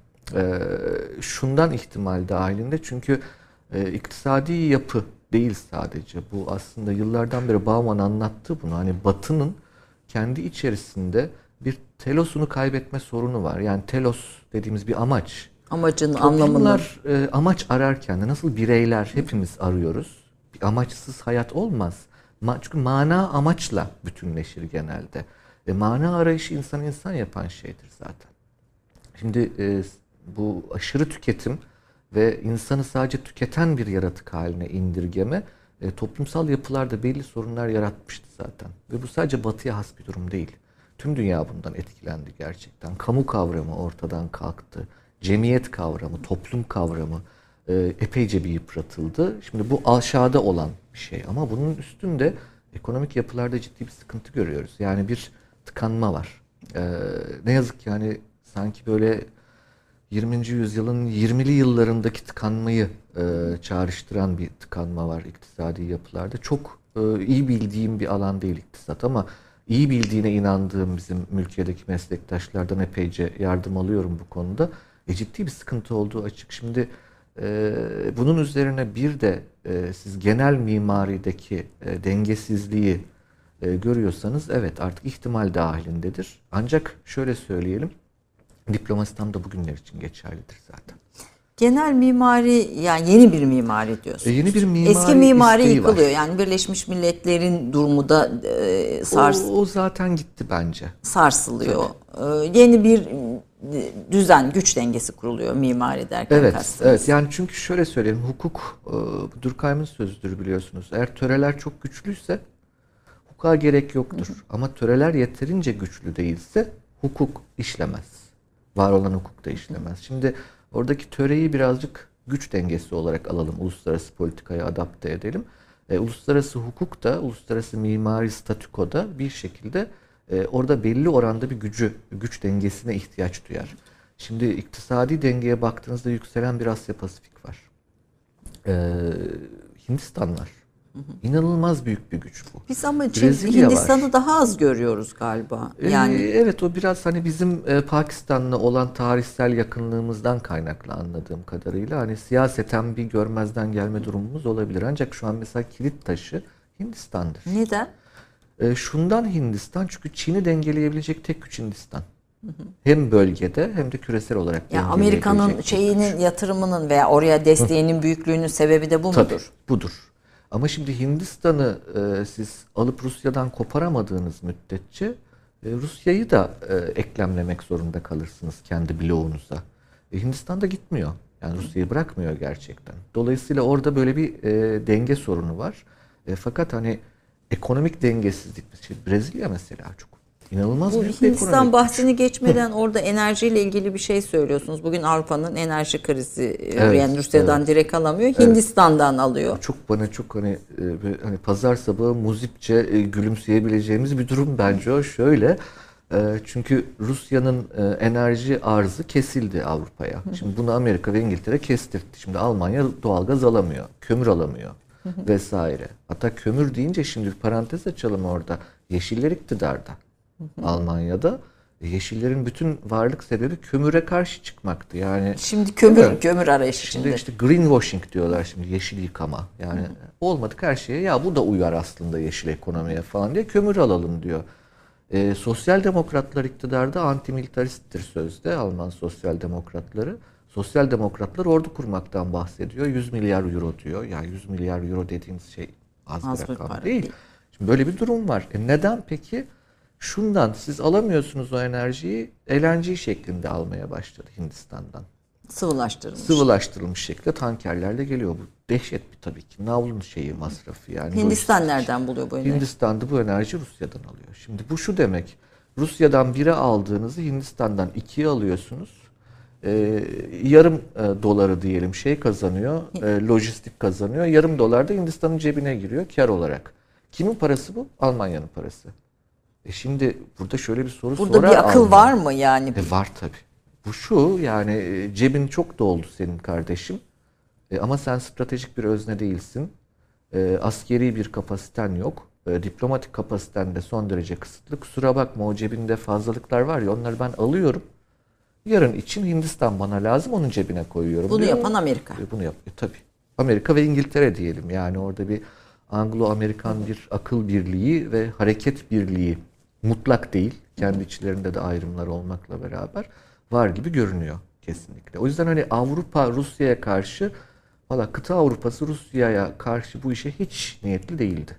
Şundan ihtimal dahilinde, çünkü iktisadi yapı değil sadece. Bu aslında yıllardan beri Bauman anlattı bunu. Hani Batı'nın kendi içerisinde bir telosunu kaybetme sorunu var. Yani telos dediğimiz bir amaç. Amacın Toplumlar amaç ararken de nasıl bireyler hepimiz arıyoruz. Bir amaçsız hayat olmaz. Çünkü mana amaçla bütünleşir genelde. Mana arayışı insan yapan şeydir zaten. Şimdi bu aşırı tüketim ve insanı sadece tüketen bir yaratık haline indirgeme toplumsal yapılarda belli sorunlar yaratmıştı zaten. Ve bu sadece Batı'ya has bir durum değil. Tüm dünya bundan etkilendi gerçekten. Kamu kavramı ortadan kalktı. Cemiyet kavramı, toplum kavramı epeyce bir yıpratıldı. Şimdi bu aşağıda olan bir şey, ama bunun üstünde ekonomik yapılarda ciddi bir sıkıntı görüyoruz. Yani bir tıkanma var. Ne yazık ki hani sanki böyle 20. yüzyılın 20'li yıllarındaki tıkanmayı çağrıştıran bir tıkanma var iktisadi yapılarda. Çok iyi bildiğim bir alan değil iktisat, ama iyi bildiğine inandığım bizim mülkiyedeki meslektaşlardan epeyce yardım alıyorum bu konuda. Ciddi bir sıkıntı olduğu açık. Şimdi bunun üzerine bir de siz genel mimarideki dengesizliği görüyorsanız, evet artık ihtimal dahilindedir. Ancak şöyle söyleyelim, diplomasi tam da bugünler için geçerlidir zaten. Genel mimari, yani yeni bir mimari diyorsunuz. Yeni bir mimari eski mimari isteği yıkılıyor. var. Yani Birleşmiş Milletler'in durumu da O zaten gitti bence. sarsılıyor. Yeni bir düzen, güç dengesi kuruluyor mimari derken Evet, kastınız. evet. Yani çünkü şöyle söyleyeyim, hukuk Durkheim'in sözüdür biliyorsunuz. Eğer töreler çok güçlüyse hukuka gerek yoktur. Ama töreler yeterince güçlü değilse hukuk işlemez. Var olan hukuk da işlemez. Şimdi oradaki töreyi birazcık güç dengesi olarak alalım. Uluslararası politikaya adapte edelim. Uluslararası hukuk da, uluslararası mimari statükoda bir şekilde orada belli oranda bir güç dengesine ihtiyaç duyar. Şimdi iktisadi dengeye baktığınızda yükselen bir Asya Pasifik var. Hindistan var. İnanılmaz büyük bir güç bu. Biz ama Brezilya Hindistan'ı var. daha az görüyoruz galiba. Yani Evet, o biraz hani bizim Pakistan'la olan tarihsel yakınlığımızdan kaynaklı anladığım kadarıyla. Hani siyaseten bir görmezden gelme durumumuz olabilir. Ancak şu an mesela kilit taşı Hindistan'dır. neden? Şundan Hindistan, çünkü Çin'i dengeleyebilecek tek güç Hindistan. Hem bölgede hem de küresel olarak Ya dengeleyebilecek Amerika'nın tek güç. yatırımının veya oraya desteğinin büyüklüğünün sebebi de bu Tabii, mudur? budur. Ama şimdi Hindistan'ı siz alıp Rusya'dan koparamadığınız müddetçe Rusya'yı da eklemlemek zorunda kalırsınız kendi bloğunuza. Hindistan da gitmiyor. Yani Rusya'yı bırakmıyor gerçekten. Dolayısıyla orada böyle bir denge sorunu var. Fakat hani ekonomik dengesizlik, Brezilya mesela çok inanılmaz Bu büyük bir Hindistan ekonomik bahsini geçmeden orada enerjiyle ilgili bir şey söylüyorsunuz. Bugün Avrupa'nın enerji krizi, yani Rusya'dan direkt alamıyor, Hindistan'dan alıyor. Çok bana çok hani pazar sabahı muzipçe gülümseyebileceğimiz bir durum bence o. Şöyle, çünkü Rusya'nın enerji arzı kesildi Avrupa'ya. Şimdi bunu Amerika ve İngiltere kestirdi. Şimdi Almanya doğalgaz alamıyor, kömür alamıyor vesaire. Hatta kömür deyince şimdi bir parantez açalım orada. Yeşiller iktidarda Almanya'da. Yeşillerin bütün varlık sebebi kömüre karşı çıkmaktı. Yani Şimdi Değil mi? kömür arayışı şimdi içinde. işte greenwashing diyorlar, şimdi yeşil yıkama. Yani olmadık her şeye ya bu da uyar aslında yeşil ekonomiye falan diye kömür alalım diyor. Sosyal demokratlar iktidarda, antimilitaristtir sözde Alman sosyal demokratları. Sosyal demokratlar ordu kurmaktan bahsediyor. 100 milyar euro diyor. Yani 100 milyar euro dediğiniz şey az bir rakam para değil. Şimdi böyle bir durum var. Neden peki? Şundan, siz alamıyorsunuz o enerjiyi, LNG şeklinde almaya başladı Hindistan'dan. Sıvılaştırılmış. Sıvılaştırılmış şekilde tankerlerle geliyor. Bu dehşet bir tabii ki. Navlun şeyi, masrafı yani. Hindistan lojistik. nereden buluyor bu enerjiyi? Hindistan'da bu enerji Rusya'dan alıyor. Şimdi bu şu demek. Rusya'dan 1'e aldığınızı Hindistan'dan 2'ye alıyorsunuz. Yarım doları diyelim şey kazanıyor. Lojistik kazanıyor. Yarım dolar da Hindistan'ın cebine giriyor kar olarak. Kimin parası bu? Almanya'nın parası. Şimdi burada şöyle bir soru Burada sorar bir akıl Alman. var mı yani? Var tabii. Bu şu, yani cebin çok doldu senin kardeşim. Ama sen stratejik bir özne değilsin. Askeri bir kapasiten yok. Diplomatik kapasiten de son derece kısıtlı. Kusura bakma, o cebinde fazlalıklar var ya, onları ben alıyorum. Yarın için Hindistan bana lazım, onun cebine koyuyorum. Bunu diyor. yapan Amerika. Bunu yapıyor tabii. Amerika ve İngiltere diyelim. Yani orada bir Anglo-Amerikan bir akıl birliği ve hareket birliği, mutlak değil, kendi içlerinde de ayrımlar olmakla beraber var gibi görünüyor kesinlikle. O yüzden hani Avrupa Rusya'ya karşı, valla kıta Avrupa'sı Rusya'ya karşı bu işe hiç niyetli değildi.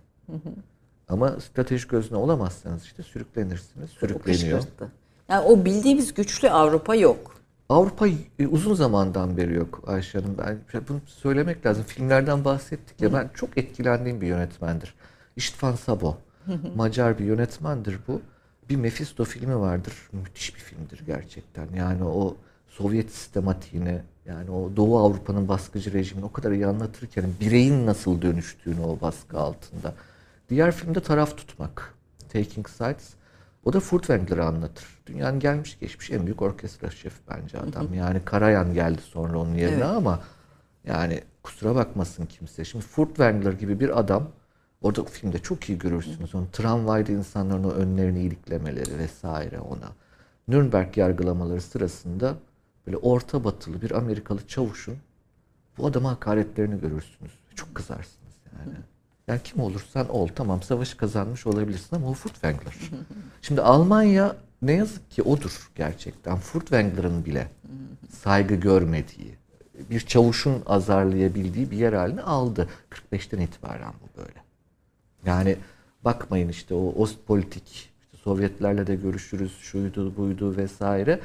Ama stratejik özne olamazsanız işte sürüklenirsiniz, sürükleniyor. Kışkırttı. Yani o bildiğimiz güçlü Avrupa yok. Avrupa uzun zamandan beri yok Ayşe Hanım. Ben bunu söylemek lazım. Filmlerden bahsettik ya, ben çok etkilendiğim bir yönetmendir. István Szabó. Macar bir yönetmendir bu. Bir Mephisto filmi vardır. Müthiş bir filmdir gerçekten. Yani o Sovyet sistematiğini, yani o Doğu Avrupa'nın baskıcı rejimini o kadar iyi anlatırken bireyin nasıl dönüştüğünü o baskı altında. Diğer filmde Taraf Tutmak. Taking Sides. O da Furtwängler'ı anlatır. Dünyanın gelmiş geçmiş en büyük orkestra şefi bence adam. Yani Karajan geldi sonra onun yerine, evet. Ama yani kusura bakmasın kimse. Şimdi Furtwängler gibi bir adam, orada filmde çok iyi görürsünüz. Onu tramvayda insanların o önlerini iliklemeleri vesaire ona. Nürnberg yargılamaları sırasında böyle orta batılı bir Amerikalı çavuşun bu adama hakaretlerini görürsünüz. Çok kızarsınız yani. Yani kim olursan ol, tamam savaşı kazanmış olabilirsin ama o Furtwängler. Şimdi Almanya ne yazık ki odur gerçekten. Furtwängler'ın bile saygı görmediği, bir çavuşun azarlayabildiği bir yer haline aldı. 45'ten itibaren bu böyle. Yani bakmayın işte o Ostpolitik, işte Sovyetlerle de görüşürüz, şuydu buydu vesaire.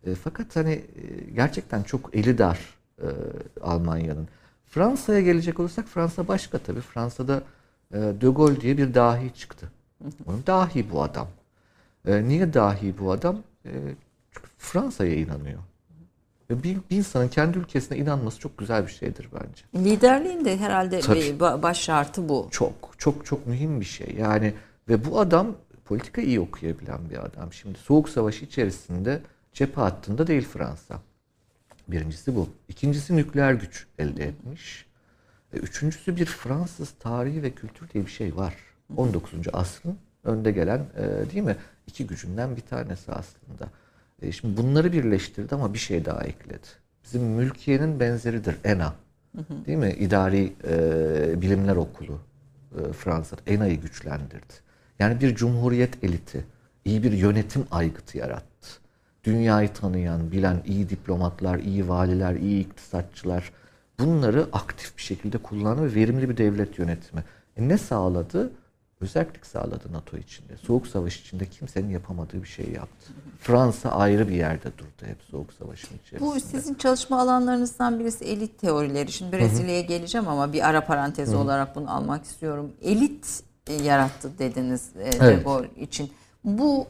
Fakat hani gerçekten çok eli dar Almanya'nın. Fransa'ya gelecek olursak Fransa başka tabii. Fransa'da De Gaulle diye bir dahi çıktı. Dahi bu adam. Niye dahi bu adam? Çünkü Fransa'ya inanıyor. Bir insanın kendi ülkesine inanması çok güzel bir şeydir bence. Liderliğin de herhalde Tabii. baş şartı bu. Çok mühim bir şey. Yani ve bu adam politika iyi okuyabilen bir adam. Şimdi Soğuk Savaş içerisinde cephe hattında değil Fransa. Birincisi bu. İkincisi nükleer güç elde etmiş. Üçüncüsü bir Fransız tarihi ve kültür diye bir şey var. 19. asrın önde gelen değil mi? İki gücünden bir tanesi aslında. Şimdi bunları birleştirdi ama bir şey daha ekledi. Bizim mülkiyenin benzeridir ENA. Değil mi? İdari Bilimler Okulu Fransa'da ENA'yı güçlendirdi. Yani bir cumhuriyet eliti, iyi bir yönetim aygıtı yarattı. Dünyayı tanıyan, bilen iyi diplomatlar, iyi valiler, iyi iktisatçılar bunları aktif bir şekilde kullanan ve verimli bir devlet yönetimi. Ne sağladı? Özellik sağladı NATO içinde. Soğuk Savaş içinde kimsenin yapamadığı bir şey yaptı. Fransa ayrı bir yerde durdu hep Soğuk Savaş'ın içerisinde. Bu sizin çalışma alanlarınızdan birisi elit teorileri. Şimdi Brezilya'ya geleceğim ama bir ara parantezi olarak bunu almak istiyorum. Elit yarattı dediniz De Gaulle için. Bu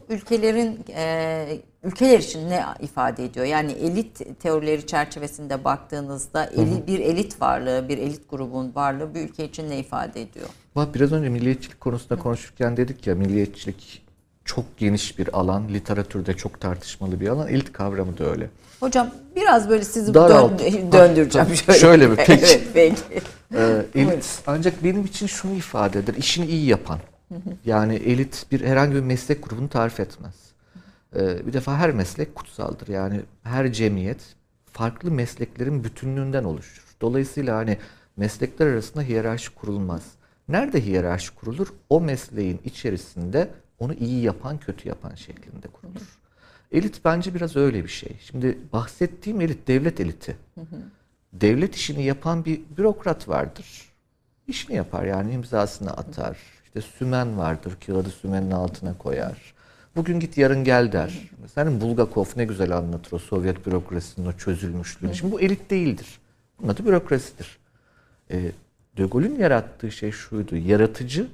ülkeler için ne ifade ediyor? Yani elit teorileri çerçevesinde baktığınızda bir elit varlığı, bir elit grubun varlığı bir ülke için ne ifade ediyor? Bak biraz önce milliyetçilik konusunda konuşurken dedik ya, milliyetçilik çok geniş bir alan, literatürde çok tartışmalı bir alan, elit kavramı da öyle. Hocam biraz böyle sizi Daralt. döndüreceğim şöyle. Şöyle mi? Peki. Evet, peki. Elit ancak benim için şunu ifade eder, işini iyi yapan. Yani elit herhangi bir meslek grubunu tarif etmez. Bir defa her meslek kutsaldır. Yani her cemiyet farklı mesleklerin bütünlüğünden oluşur. Dolayısıyla hani meslekler arasında hiyerarşi kurulmaz. Nerede hiyerarşi kurulur? O mesleğin içerisinde onu iyi yapan, kötü yapan şeklinde kurulur. Elit bence biraz öyle bir şey. Şimdi bahsettiğim elit, devlet eliti. Devlet işini yapan bir bürokrat vardır. İşini yapar, yani imzasını atar. İşte sümen vardır, kağıdı sümenin altına koyar. Bugün git yarın gel der. Mesela Bulgakov ne güzel anlatır o Sovyet bürokrasinin o çözülmüşlüğünü. Şimdi bu elit değildir. Bunun adı bürokrasidir. De Gaulle'ün yarattığı şey şuydu: yaratıcı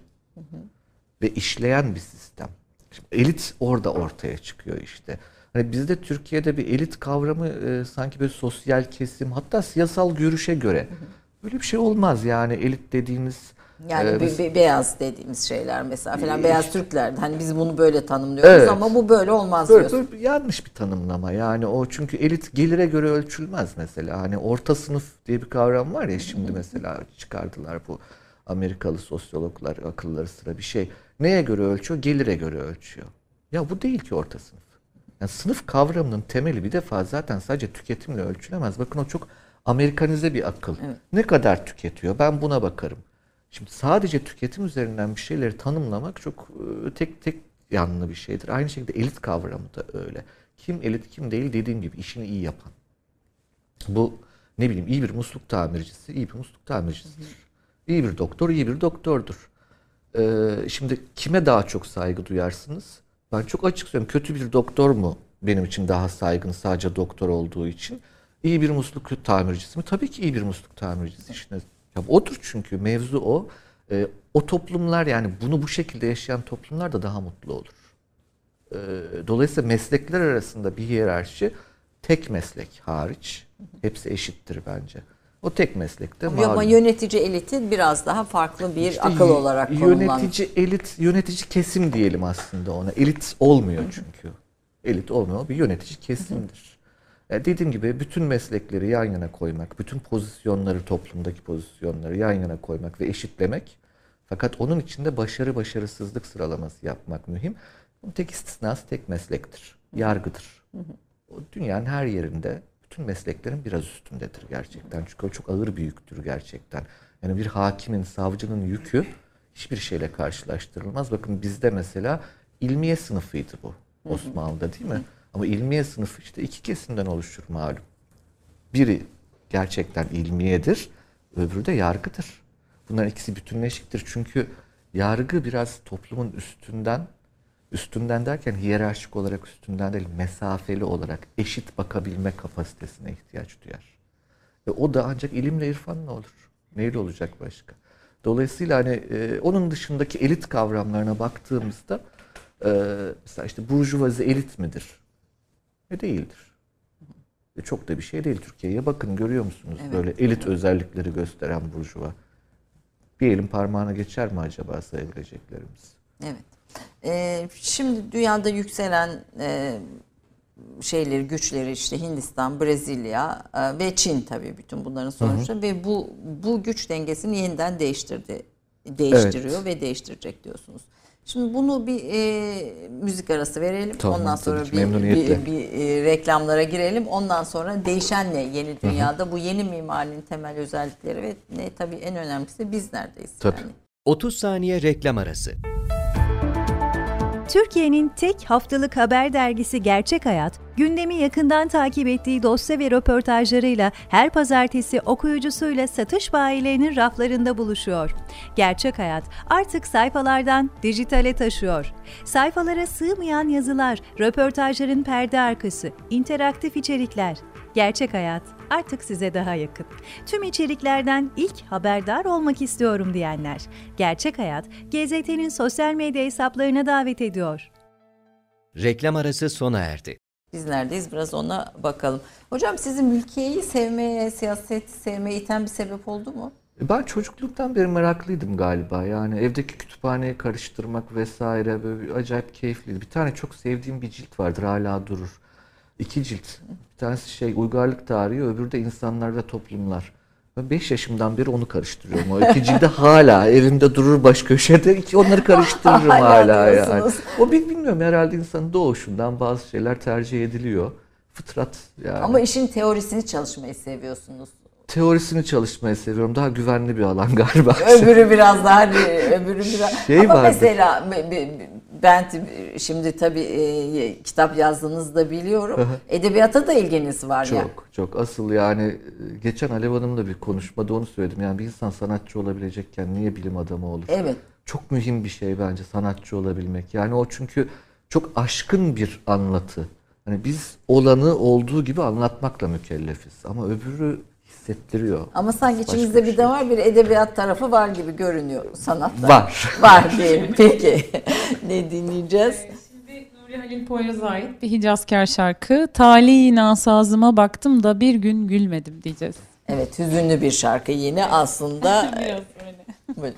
ve işleyen bir sistem. Şimdi elit orada ortaya çıkıyor işte. Hani bizde Türkiye'de bir elit kavramı sanki böyle sosyal kesim, hatta siyasal görüşe göre böyle bir şey olmaz. Yani elit dediğimiz yani beyaz dediğimiz şeyler mesela falan, beyaz Türkler, hani biz bunu böyle tanımlıyoruz ama bu böyle olmaz diyorsun. Böyle yanlış bir tanımlama. Yani o, çünkü elit gelire göre ölçülmez mesela. Hani orta sınıf diye bir kavram var ya, şimdi mesela çıkardılar bu Amerikalı sosyologlar, akılları sıra bir şey. Neye göre ölçüyor? Gelire göre ölçüyor. Ya bu değil ki orta sınıf. Yani sınıf kavramının temeli bir defa zaten sadece tüketimle ölçülemez. Bakın o çok Amerikanize bir akıl. Evet. Ne kadar tüketiyor? Ben buna bakarım. Şimdi sadece tüketim üzerinden bir şeyleri tanımlamak çok tek yanlı bir şeydir. Aynı şekilde elit kavramı da öyle. Kim elit, kim değil, dediğim gibi işini iyi yapan. Bu ne bileyim, iyi bir musluk tamircisi iyi bir musluk tamircisidir. İyi bir doktor iyi bir doktordur. Şimdi kime daha çok saygı duyarsınız? Ben çok açık söyleyeyim. Kötü bir doktor mu benim için daha saygın sadece doktor olduğu için? İyi bir musluk tamircisi mi? Tabii ki iyi bir musluk tamircisi işine. Ya odur, çünkü mevzu o. O toplumlar, yani bunu bu şekilde yaşayan toplumlar da daha mutlu olur. Dolayısıyla meslekler arasında bir hiyerarşi, tek meslek hariç hepsi eşittir bence. O tek meslekte ama yönetici eliti biraz daha farklı bir işte akıl olarak konumlanmış. Yönetici elit, yönetici kesim diyelim aslında ona. Elit olmuyor çünkü. Elit olmuyor, bir yönetici kesimdir. Dediğim gibi bütün meslekleri yan yana koymak, bütün pozisyonları, toplumdaki pozisyonları yan yana koymak ve eşitlemek. Fakat onun içinde başarısızlık sıralaması yapmak mühim. Bunun tek istisnası tek meslektir. Yargıdır. O dünyanın her yerinde bütün mesleklerin biraz üstündedir gerçekten. Çünkü o çok ağır bir yüktür gerçekten. Yani bir hakimin, savcının yükü hiçbir şeyle karşılaştırılmaz. Bakın bizde mesela ilmiye sınıfıydı bu Osmanlı'da, değil mi? Ama ilmiye sınıfı işte iki kesimden oluşur malum. Biri gerçekten ilmiyedir, öbürü de yargıdır. Bunların ikisi bütünleşiktir. Çünkü yargı biraz toplumun üstünden Üstünden derken hiyerarşik olarak üstünden değil, mesafeli olarak eşit bakabilme kapasitesine ihtiyaç duyar. Ve o da ancak ilimle, irfanla olur. Neyle olacak başka? Dolayısıyla hani onun dışındaki elit kavramlarına baktığımızda mesela işte burjuvazi elit midir? Değildir. Çok da bir şey değil. Türkiye'ye bakın, görüyor musunuz? Evet. Böyle elit özellikleri gösteren burjuva. Bir elin parmağına geçer mi acaba sayabileceklerimiz? Evet. Şimdi dünyada yükselen güçleri işte Hindistan, Brezilya ve Çin tabii bütün bunların sonucu ve bu güç dengesini yeniden değiştiriyor ve değiştirecek diyorsunuz. Şimdi bunu bir müzik arası verelim. Tamam, ondan sonra bir reklamlara girelim. Ondan sonra değişenle yeni dünyada bu yeni mimarinin temel özellikleri ve tabii en önemlisi biz neredeyiz? Tabii. Yani. 30 saniye reklam arası. Türkiye'nin tek haftalık haber dergisi Gerçek Hayat, gündemi yakından takip ettiği dosya ve röportajlarıyla her pazartesi okuyucusuyla satış bayilerinin raflarında buluşuyor. Gerçek Hayat artık sayfalardan dijitale taşıyor. Sayfalara sığmayan yazılar, röportajların perde arkası, interaktif içerikler. Gerçek Hayat artık size daha yakın. Tüm içeriklerden ilk haberdar olmak istiyorum diyenler. Gerçek Hayat, GZT'nin sosyal medya hesaplarına davet ediyor. Reklam arası sona erdi. Biz neredeyiz? Biraz ona bakalım. Hocam sizin mülkiyeyi sevmeye, siyaseti sevmeye iten bir sebep oldu mu? Ben çocukluktan beri meraklıydım galiba. Yani evdeki kütüphaneyi karıştırmak vesaire böyle acayip keyifliydi. Bir tane çok sevdiğim bir cilt vardır, hala durur. 2 cilt. Bir tanesi uygarlık tarihi, öbürü de insanlar ve toplumlar. Ben 5 yaşımdan beri onu karıştırıyorum. O 2 cilde hala evimde durur baş köşede. Onları karıştırırım hala yani. O bilmiyorum, herhalde insanın doğuşundan bazı şeyler tercih ediliyor. Fıtrat yani. Ama işin teorisini çalışmayı seviyorsunuz. Teorisini çalışmayı seviyorum. Daha güvenli bir alan galiba. Öbürü biraz daha ama vardır. mesela ben şimdi tabii kitap yazdığınızı da biliyorum. Edebiyata da ilginiz var ya. Çok. Asıl yani geçen Alev Hanım'la bir konuşmada onu söyledim. Yani bir insan sanatçı olabilecekken niye bilim adamı olur? Evet. Çok mühim bir şey bence sanatçı olabilmek. Yani o çünkü çok aşkın bir anlatı. Hani biz olanı olduğu gibi anlatmakla mükellefiz. Ama öbürü hissettiriyor. Ama sanki içimizde bir de var, bir edebiyat tarafı var gibi görünüyor sanatta. Var. Var diyelim. Peki. Ne dinleyeceğiz? Şimdi Nuri Halil Poyraz'a ait bir Hicazkar şarkı. Talih nasazıma baktım da bir gün gülmedim diyeceğiz. Evet, hüzünlü bir şarkı yine aslında. Biraz öyle. Böyle.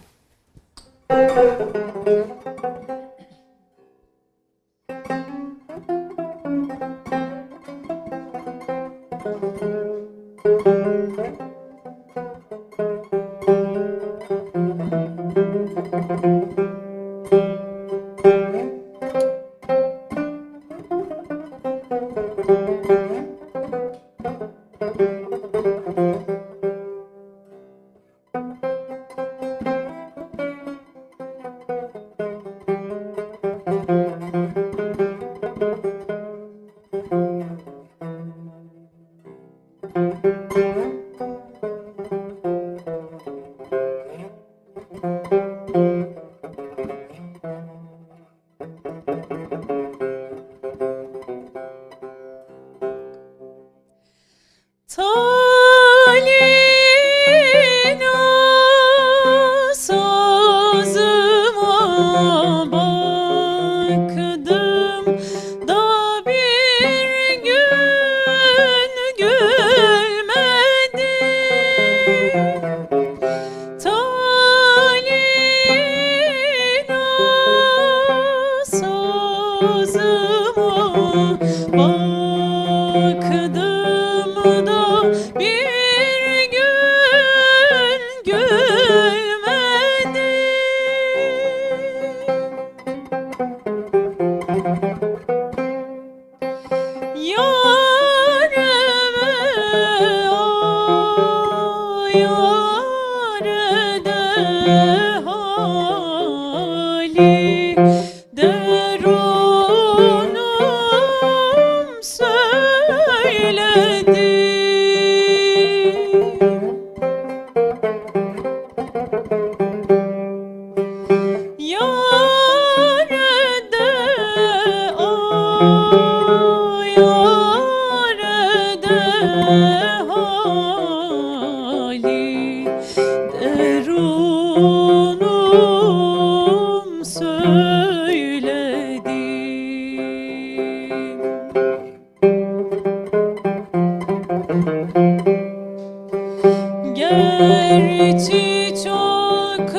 Gerçi çok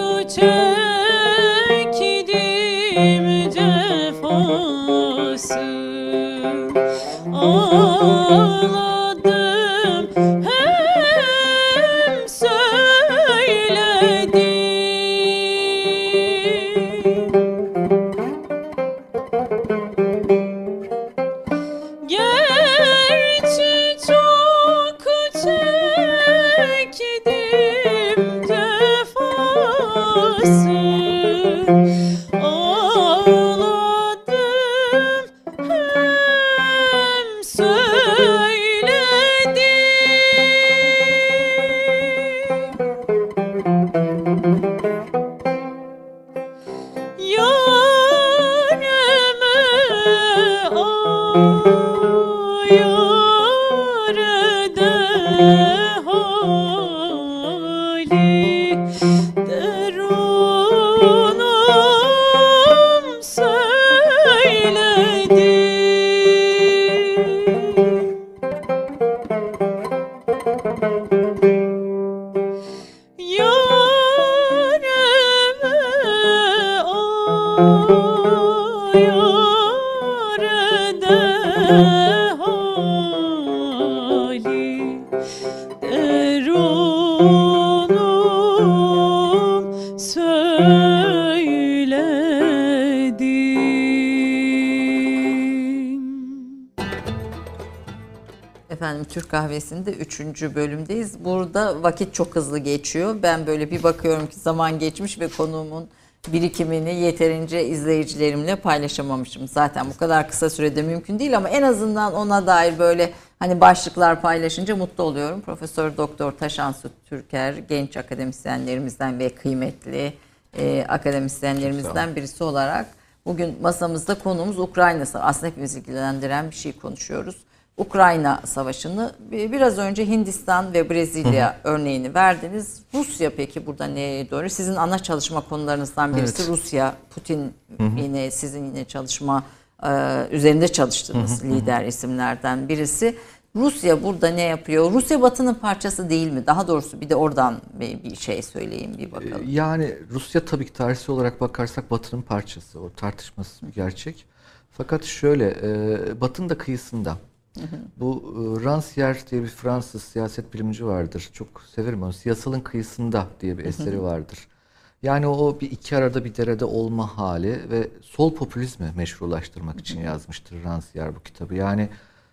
çektim cefası, ağladım hem söyledim. Gerçi çok çektim cefası, ağladım hem söyledim. Yareme ayar ede hali, derunum söyledi. Yareme ayar ede hali, derunum söyledim. Efendim, Türk Kahvesi'nde 3. bölümdeyiz. Burada vakit çok hızlı geçiyor. Ben böyle bir bakıyorum ki zaman geçmiş ve konuğumun birikimini yeterince izleyicilerimle paylaşamamışım. Zaten bu kadar kısa sürede mümkün değil ama en azından ona dair böyle hani başlıklar paylaşınca mutlu oluyorum. Profesör Doktor Taşansu Türker, genç akademisyenlerimizden ve kıymetli akademisyenlerimizden birisi olarak bugün masamızda konuğumuz Ukrayna Savaşı. Aslında hepimizi ilgilendiren bir şey konuşuyoruz. Ukrayna Savaşı'nı biraz önce Hindistan ve Brezilya örneğini verdiniz. Rusya peki burada neye doğru? Sizin ana çalışma konularınızdan birisi Rusya. Putin yine sizin yine çalışma üzerinde çalıştığınız lider isimlerden birisi. Rusya burada ne yapıyor? Rusya Batı'nın parçası değil mi? Daha doğrusu bir de oradan bir şey söyleyeyim, bir bakalım. Yani Rusya tabii ki tarihsel olarak bakarsak Batı'nın parçası. O tartışmasız bir gerçek. Fakat şöyle, Batı'nın da kıyısında. Bu Rancière diye bir Fransız siyaset bilimci vardır. Çok severim onu. Siyasalın Kıyısında diye bir eseri vardır. Yani o bir iki arada bir derede olma hali ve sol popülizmi meşrulaştırmak için yazmıştır Rancière bu kitabı. Yani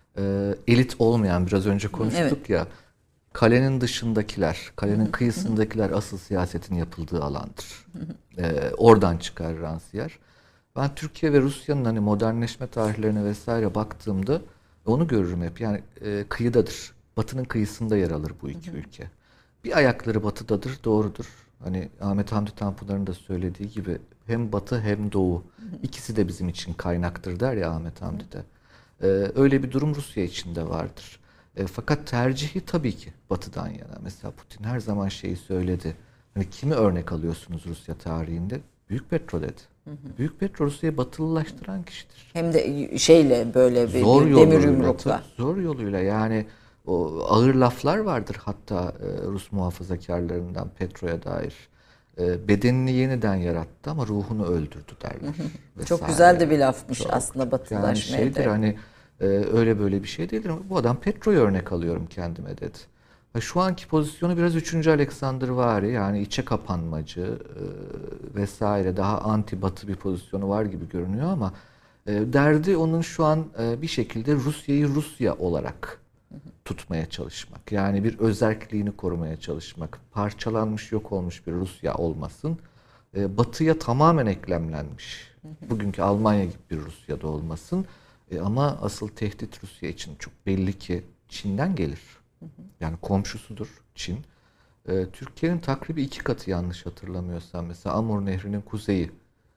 elit olmayan, biraz önce konuştuk ya, kalenin dışındakiler, kalenin kıyısındakiler asıl siyasetin yapıldığı alandır. Oradan çıkar Rancière. Ben Türkiye ve Rusya'nın hani modernleşme tarihlerine vesaire baktığımda onu görürüm hep. Yani kıyıdadır. Batı'nın kıyısında yer alır bu iki ülke. Bir ayakları batıdadır, doğrudur. Hani Ahmet Hamdi Tanpınar'ın da söylediği gibi hem batı hem doğu. İkisi de bizim için kaynaktır der ya Ahmet Hamdi de. Öyle bir durum Rusya için de vardır. Fakat tercihi tabii ki batıdan yana. Mesela Putin her zaman şeyi söyledi. Hani kimi örnek alıyorsunuz Rusya tarihinde? Büyük Petro dedi. Büyük Petro Rusya'yı batılılaştıran kişidir. Hem de şeyle böyle bir demir yumrukla. Zor yoluyla yani o ağır laflar vardır hatta Rus muhafazakarlarından Petro'ya dair. Bedenini yeniden yarattı ama ruhunu öldürdü derler. Çok güzel de bir lafmış çok, aslında batılaşmaya. Yani şeydir hani öyle böyle bir şey değildir. Bu adam Petro'yu örnek alıyorum kendime dedi. Şu anki pozisyonu biraz 3. Alexandervari, yani içe kapanmacı vesaire, daha anti batı bir pozisyonu var gibi görünüyor ama derdi onun şu an bir şekilde Rusya'yı Rusya olarak tutmaya çalışmak. Yani bir özerkliğini korumaya çalışmak. Parçalanmış, yok olmuş bir Rusya olmasın. Batı'ya tamamen eklemlenmiş. Bugünkü Almanya gibi bir Rusya'da olmasın. Ama asıl tehdit Rusya için çok belli ki Çin'den gelir. Yani komşusudur Çin. Türkiye'nin takribi 2 katı yanlış hatırlamıyorsam. Mesela Amur Nehri'nin kuzeyi.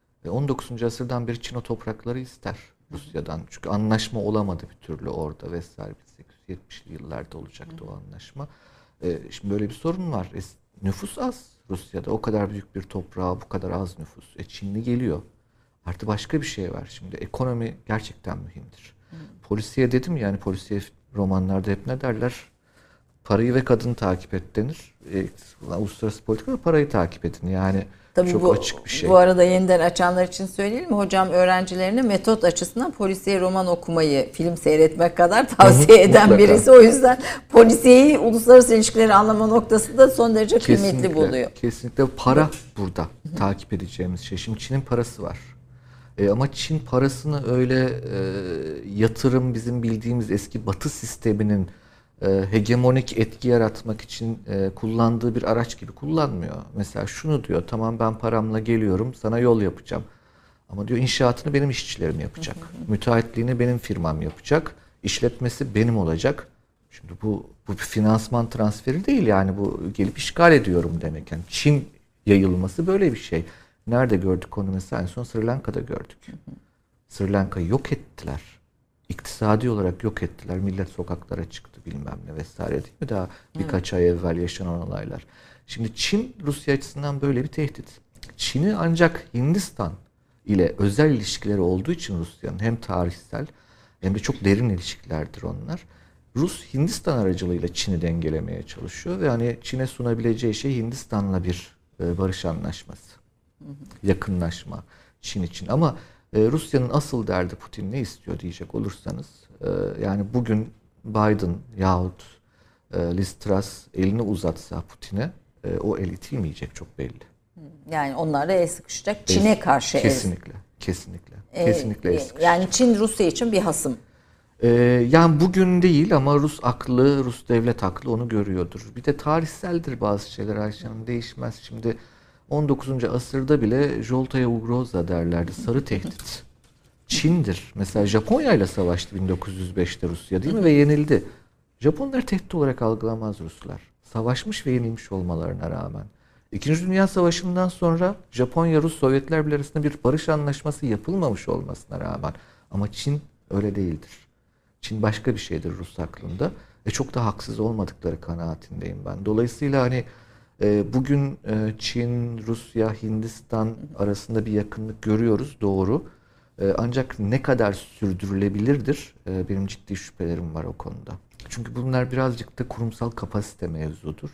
19. asırdan beri Çin o toprakları ister Rusya'dan. Çünkü anlaşma olamadı bir türlü orada vesaire. 1870'li yıllarda olacaktı o anlaşma. Şimdi böyle bir sorun var. Nüfus az Rusya'da. O kadar büyük bir toprağa bu kadar az nüfus. Çinli geliyor. Artı başka bir şey var şimdi. Ekonomi gerçekten mühimdir. Polisiye dedim yani, polisiye romanlarda hep ne derler? Parayı ve kadını takip et denir. Uluslararası politikada parayı takip edin. Yani Tabii çok bu, açık bir şey. Bu arada yeniden açanlar için söyleyelim mi? Hocam öğrencilerine metot açısından polisiye roman okumayı film seyretmek kadar tavsiye eden Mutlaka. birisi. O yüzden polisiyeyi uluslararası ilişkileri anlama noktasında son derece kıymetli buluyor. Kesinlikle para burada takip edeceğimiz şey. Şimdi Çin'in parası var. Ama Çin parasını öyle yatırım, bizim bildiğimiz eski Batı sisteminin hegemonik etki yaratmak için kullandığı bir araç gibi kullanmıyor. Mesela şunu diyor, tamam ben paramla geliyorum, sana yol yapacağım. Ama diyor inşaatını benim işçilerim yapacak. Müteahhitliğini benim firmam yapacak. İşletmesi benim olacak. Şimdi bu bir finansman transferi değil, yani bu gelip işgal ediyorum demek. Yani Çin yayılması böyle bir şey. Nerede gördük onu mesela? En son Sri Lanka'da gördük. Sri Lanka'yı yok ettiler. İktisadi olarak yok ettiler. Millet sokaklara çıktı bilmem ne vesaire, değil mi? Daha birkaç ay evvel yaşanan olaylar. Şimdi Çin Rusya açısından böyle bir tehdit. Çin'i ancak Hindistan ile özel ilişkileri olduğu için Rusya'nın hem tarihsel hem de çok derin ilişkilerdir onlar. Rus Hindistan aracılığıyla Çin'i dengelemeye çalışıyor ve hani Çin'e sunabileceği şey Hindistan'la bir barış anlaşması. Yakınlaşma Çin için. Ama Rusya'nın asıl derdi Putin ne istiyor diyecek olursanız, yani bugün Biden yahut Liz Truss elini uzatsa Putin'e, o el itilmeyecek, çok belli. Yani onlarla el sıkışacak. Çin'e karşı kesinlikle, kesinlikle. Kesinlikle el sıkışacak. Yani Çin Rusya için bir hasım. Yani bugün değil ama Rus aklı, Rus devlet aklı onu görüyordur. Bir de tarihseldir bazı şeyler Ayşe Hanım, değişmez. Şimdi 19. asırda bile Joltaya Ugroza derlerdi. Sarı tehdit. Çin'dir. Mesela Japonya ile savaştı 1905'te Rusya, değil mi? Ve yenildi. Japonlar tehdit olarak algılamaz Ruslar. Savaşmış ve yenilmiş olmalarına rağmen. İkinci Dünya Savaşı'ndan sonra Japonya, Rus, Sovyetler Birliği arasında bir barış anlaşması yapılmamış olmasına rağmen. Ama Çin öyle değildir. Çin başka bir şeydir Rus aklında. Ve çok da haksız olmadıkları kanaatindeyim ben. Dolayısıyla hani bugün Çin, Rusya, Hindistan arasında bir yakınlık görüyoruz, doğru. Ancak ne kadar sürdürülebilirdir, benim ciddi şüphelerim var o konuda. Çünkü bunlar birazcık da kurumsal kapasite mevzudur.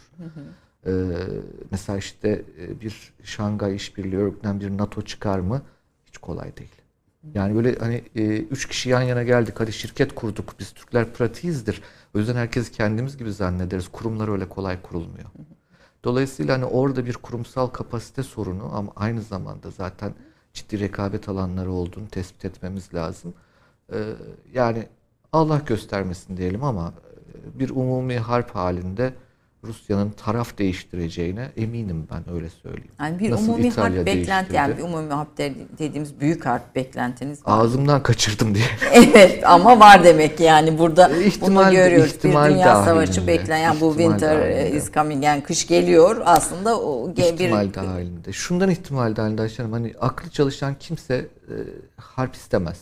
Mesela işte bir Şangay İşbirliği Örgütü'nden bir NATO çıkar mı? Hiç kolay değil. Yani böyle hani 3 kişi yan yana geldik, hadi şirket kurduk, biz Türkler pratiğizdir. O yüzden herkes kendimiz gibi zannederiz. Kurumlar öyle kolay kurulmuyor. Dolayısıyla hani orada bir kurumsal kapasite sorunu, ama aynı zamanda zaten ciddi rekabet alanları olduğunu tespit etmemiz lazım. Yani Allah göstermesin diyelim ama bir umumi harp halinde Rusya'nın taraf değiştireceğine eminim, ben öyle söyleyeyim. Yani bir Nasıl umumi İtalya harp beklenti, değiştirdi? yani bir umumi harp dediğimiz büyük harp beklentiniz var. Ağzımdan kaçırdım diye. Evet, ama var demek ki, yani burada bunu görüyoruz. ihtimal Bir dünya savaşı dahilinde. beklenen, yani bu İhtimal winter dahilinde. is coming, yani kış geliyor aslında, o İhtimal dahilinde. Şundan ihtimal dahilinde Ayşe Hanım, hani aklı çalışan kimse harp istemez.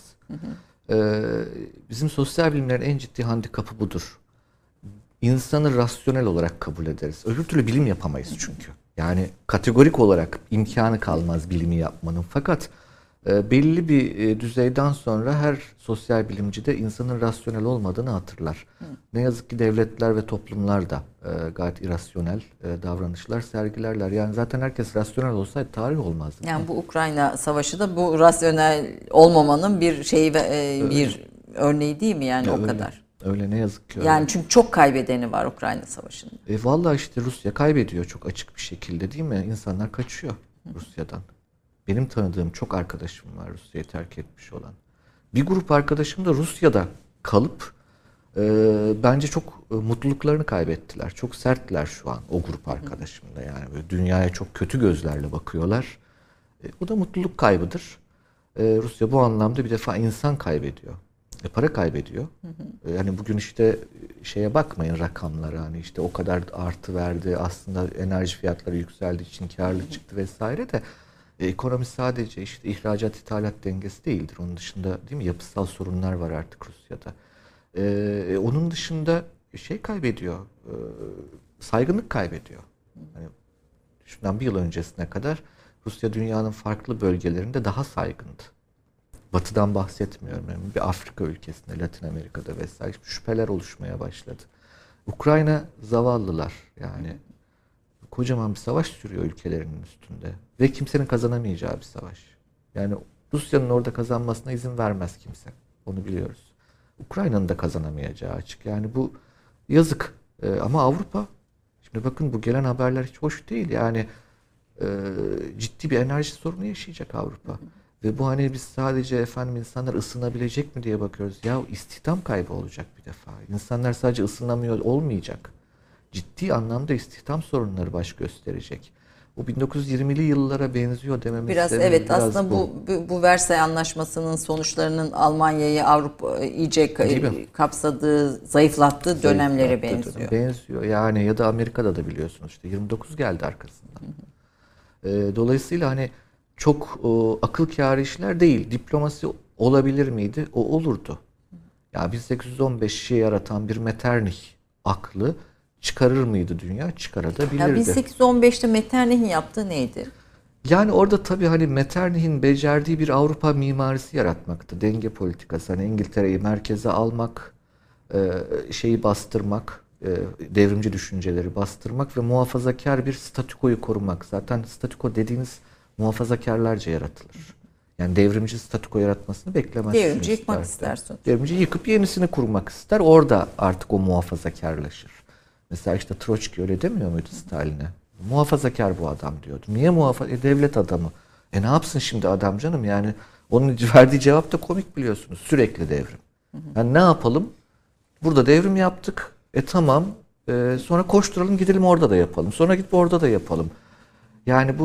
Bizim sosyal bilimlerin en ciddi handikapı budur. İnsanı rasyonel olarak kabul ederiz. Öbür türlü bilim yapamayız çünkü. Yani kategorik olarak imkanı kalmaz bilimi yapmanın. Fakat belli bir düzeyden sonra her sosyal bilimci de insanın rasyonel olmadığını hatırlar. Ne yazık ki devletler ve toplumlar da gayet irrasyonel davranışlar sergilerler. Yani zaten herkes rasyonel olsaydı tarih olmazdı. Yani bu Ukrayna savaşı da bu rasyonel olmamanın bir şeyi, bir örneği değil mi yani, o kadar? Öyle, ne yazık ki öyle. Yani çünkü çok kaybedeni var Ukrayna Savaşı'nda. Vallahi işte Rusya kaybediyor çok açık bir şekilde, değil mi? İnsanlar kaçıyor Rusya'dan. Benim tanıdığım çok arkadaşım var Rusya'yı terk etmiş olan. Bir grup arkadaşım da Rusya'da kalıp bence çok mutluluklarını kaybettiler. Çok sertler şu an o grup arkadaşım da, yani böyle dünyaya çok kötü gözlerle bakıyorlar. Bu da mutluluk kaybıdır. Rusya bu anlamda bir defa insan kaybediyor. Para kaybediyor. Yani bugün işte şeye bakmayın, rakamlara, hani işte o kadar artı verdi, aslında enerji fiyatları yükseldiği için karlı çıktı vesaire de ekonomi sadece işte ihracat ithalat dengesi değildir. Onun dışında, değil mi, yapısal sorunlar var artık Rusya'da. Onun dışında şey kaybediyor, saygınlık kaybediyor. Yani şundan bir yıl öncesine kadar Rusya dünyanın farklı bölgelerinde daha saygındı. Batı'dan bahsetmiyorum. Yani bir Afrika ülkesinde, Latin Amerika'da vesaire şüpheler oluşmaya başladı. Ukrayna zavallılar yani kocaman bir savaş sürüyor ülkelerinin üstünde ve kimsenin kazanamayacağı bir savaş. Yani Rusya'nın orada kazanmasına izin vermez kimse. Onu biliyoruz. Ukrayna'nın da kazanamayacağı açık. Yani bu yazık. Ama Avrupa, şimdi bakın bu gelen haberler hiç hoş değil. Yani ciddi bir enerji sorunu yaşayacak Avrupa. Ve bu hani biz sadece efendim insanlar ısınabilecek mi diye bakıyoruz. Ya istihdam kaybı olacak bir defa. İnsanlar sadece ısınamıyor olmayacak. Ciddi anlamda istihdam sorunları baş gösterecek. O 1920'li yıllara benziyor dememiz biraz evet biraz aslında bu Versay Anlaşması'nın sonuçlarının Almanya'yı Avrupa iyice kapsadığı, zayıflattığı dönemlere benziyor. Benziyor yani ya da Amerika'da da biliyorsunuz işte 29 geldi arkasından. Dolayısıyla hani çok akıl kârı işler değil. Diplomasi olabilir miydi? O olurdu. Ya 1815'i yaratan bir Metternich aklı çıkarır mıydı dünya? Çıkarabilirdi. Ya 1815'te Metternich'in yaptığı neydi? Yani orada tabii hani Metternich'in becerdiği bir Avrupa mimarisi yaratmaktı. Denge politikası. Hani İngiltere'yi merkeze almak, şeyi bastırmak, devrimci düşünceleri bastırmak ve muhafazakar bir statükoyu korumak. Zaten statüko dediğiniz muhafazakarlarca yaratılır. Yani devrimci statüko yaratmasını beklemezsiniz. Devrimci yıkmak istersin. Devrimci yıkıp yenisini kurmak ister. Orada artık o muhafazakarlaşır. Mesela işte Troçki öyle demiyor muydu Stalin'e? Muhafazakar bu adam diyordu. Niye devlet adamı. Ne yapsın şimdi adam canım? Yani onun verdiği cevap da komik biliyorsunuz. Sürekli devrim. Yani ne yapalım? Burada devrim yaptık. Tamam. Sonra koşturalım gidelim orada da yapalım. Sonra gidip orada da yapalım. Yani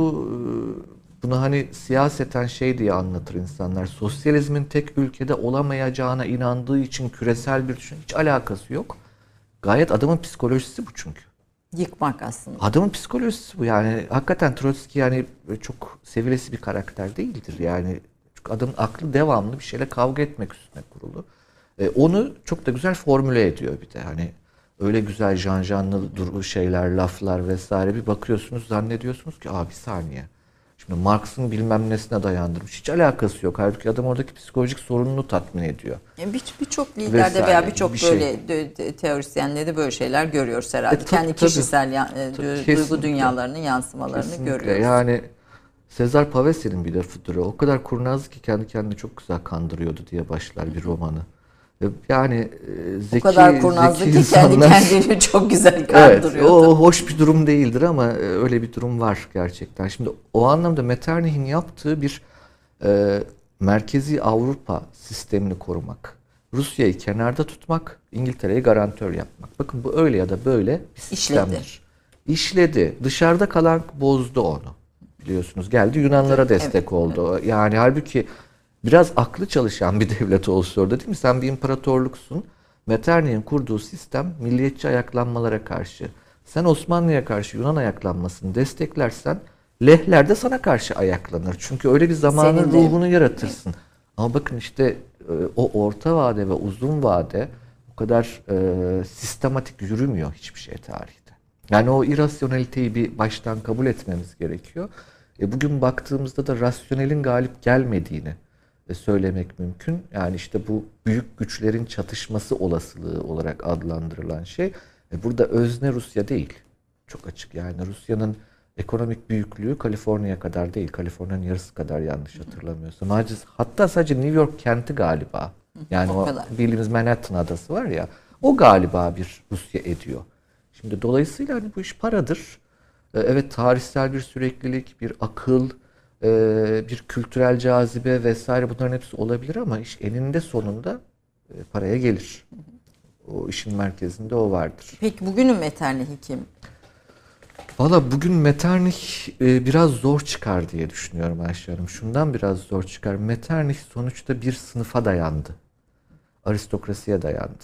bunu hani siyaseten şey diye anlatır insanlar. Sosyalizmin tek ülkede olamayacağına inandığı için küresel bir düşünce hiç alakası yok. Gayet adamın psikolojisi bu çünkü. Yıkmak aslında. Adamın psikolojisi bu. Yani hakikaten Trotsky yani çok sevilesi bir karakter değildir. Yani çünkü adamın aklı devamlı bir şeyle kavga etmek üstüne kurulu. Onu çok da güzel formüle ediyor bir de. Hani öyle güzel janjanlı şeyler, laflar vesaire bir bakıyorsunuz zannediyorsunuz ki bir saniye. Şimdi Marx'ın bilmem nesine dayandırmış. Hiç alakası yok. Halbuki adam oradaki psikolojik sorununu tatmin ediyor. Birçok liderde veya birçok böyle teorisyenlerde de böyle şeyler görüyoruz herhalde. Kendi kişisel duygu dünyalarının yansımalarını görüyoruz. Yani Cesare Pavesi'nin bir lafıdır. O kadar kurnazdı ki kendi kendine çok güzel kandırıyordu diye başlar bir romanı. Yani zeki, o kadar kurnazdı ki kendi kendini çok güzel kandırıyordu. Evet, o hoş bir durum değildir ama öyle bir durum var gerçekten. Şimdi o anlamda Metternich'in yaptığı bir merkezi Avrupa sistemini korumak, Rusya'yı kenarda tutmak, İngiltere'yi garantör yapmak. Bakın bu öyle ya da böyle bir sistemdir. İşledi. Dışarıda kalan bozdu onu. Biliyorsunuz geldi Yunanlara destek oldu. Evet. Yani halbuki biraz aklı çalışan bir devlet olsa orada değil mi? Sen bir imparatorluksun. Metternich'in kurduğu sistem milliyetçi ayaklanmalara karşı. Sen Osmanlı'ya karşı Yunan ayaklanmasını desteklersen Lehler de sana karşı ayaklanır. Çünkü öyle bir zamanın ruhunu yaratırsın. Ama bakın işte o orta vade ve uzun vade o kadar sistematik yürümüyor hiçbir şey tarihte. Yani o irrasyoneliteyi bir baştan kabul etmemiz gerekiyor. Bugün baktığımızda da rasyonelin galip gelmediğini söylemek mümkün. Yani işte bu büyük güçlerin çatışması olasılığı olarak adlandırılan şey. Burada özne Rusya değil. Çok açık yani Rusya'nın ekonomik büyüklüğü Kaliforniya kadar değil. Kaliforniya'nın yarısı kadar yanlış hatırlamıyorsam. Hatta sadece New York kenti galiba. Yani o bildiğimiz Manhattan adası var ya. O galiba bir Rusya ediyor. Şimdi dolayısıyla hani bu iş paradır. Evet tarihsel bir süreklilik, bir akıl, bir kültürel cazibe vesaire bunların hepsi olabilir ama iş eninde sonunda paraya gelir. O işin merkezinde o vardır. Peki bugünün Metternich'i kim? Valla bugün Metternich biraz zor çıkar diye düşünüyorum Ayşe Hanım. Şundan biraz zor çıkar. Metternich sonuçta bir sınıfa dayandı. Aristokrasiye dayandı.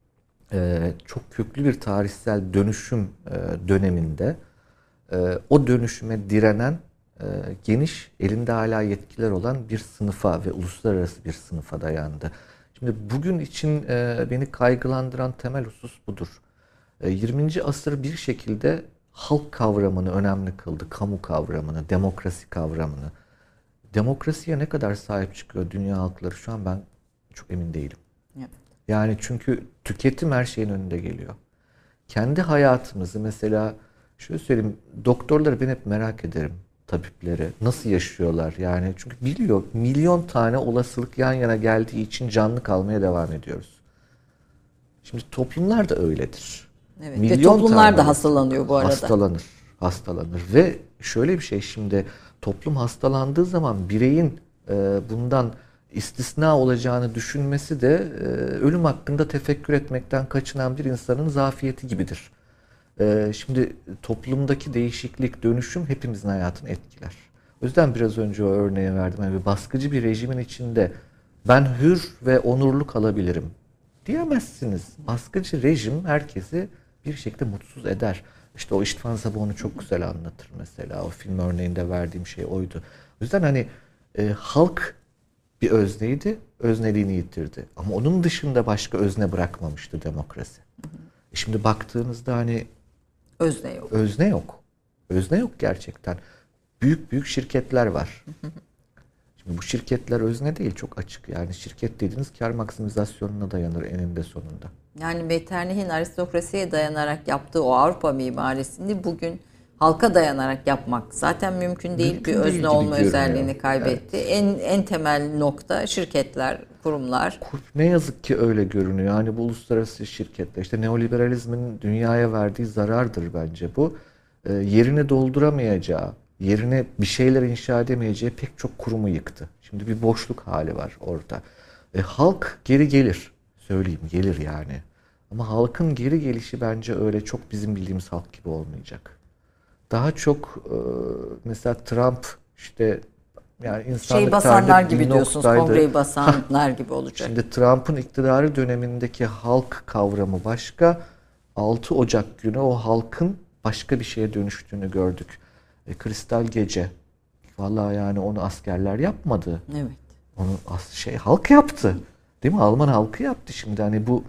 Çok köklü bir tarihsel dönüşüm döneminde o dönüşüme direnen geniş, elinde hala yetkiler olan bir sınıfa ve uluslararası bir sınıfa dayandı. Şimdi bugün için beni kaygılandıran temel husus budur. 20. asır bir şekilde halk kavramını önemli kıldı, kamu kavramını, demokrasi kavramını. Demokrasiye ne kadar sahip çıkıyor dünya halkları şu an ben çok emin değilim. Evet. Yani çünkü tüketim her şeyin önünde geliyor. kendi hayatımızı mesela şöyle söyleyeyim, doktorları ben hep merak ederim, tabipleri. Nasıl yaşıyorlar yani? Çünkü biliyor, milyon tane olasılık yan yana geldiği için canlı kalmaya devam ediyoruz. Şimdi toplumlar da öyledir. Evet. Ve Milyon toplumlar tane da hastalanıyor bu arada. Hastalanır ve şöyle bir şey, şimdi toplum hastalandığı zaman bireyin bundan istisna olacağını düşünmesi de ölüm hakkında tefekkür etmekten kaçınan bir insanın zafiyeti gibidir. Şimdi toplumdaki değişiklik, dönüşüm hepimizin hayatını etkiler. O yüzden biraz önce o örneği verdim. Yani baskıcı bir rejimin içinde ben hür ve onurlu kalabilirim diyemezsiniz. Baskıcı rejim herkesi bir şekilde mutsuz eder. İşte o İştvan Sabah onu çok güzel anlatır mesela. O film örneğinde verdiğim şey oydu. O yüzden hani halk bir özneydi, özneliğini yitirdi. Ama onun dışında başka özne bırakmamıştı demokrasi. Şimdi baktığınızda hani Özne yok. özne yok. Özne yok gerçekten. Büyük büyük şirketler var. Şimdi bu şirketler özne değil, çok açık. Yani şirket dediğiniz kar maksimizasyonuna dayanır eninde sonunda. Yani Metternich'in aristokrasiye dayanarak yaptığı o Avrupa mimarisini bugün halka dayanarak yapmak zaten mümkün değil. Mümkün bir değil özne gibi olma görünüyor. özelliğini kaybetti. Evet. En temel nokta şirketler, kurumlar. Ne yazık ki öyle görünüyor. Hani bu uluslararası şirketler, işte neoliberalizmin dünyaya verdiği zarardır bence bu. Yerini dolduramayacağı, yerine bir şeyler inşa edemeyeceği pek çok kurumu yıktı. Şimdi bir boşluk hali var orada. Halk geri gelir. Söyleyeyim, gelir yani. Ama halkın geri gelişi bence öyle çok bizim bildiğimiz halk gibi olmayacak. Daha çok mesela Trump işte yani insanlık basanlar tarihinde gibi bir diyorsunuz, noktaydı. kongreyi basanlar gibi olacak. Şimdi Trump'ın iktidarı dönemindeki halk kavramı başka. 6 Ocak günü o halkın başka bir şeye dönüştüğünü gördük. Kristal Gece. Vallahi yani onu askerler yapmadı. Evet. Onu halk yaptı. Değil mi? Alman halkı yaptı şimdi. Hani bu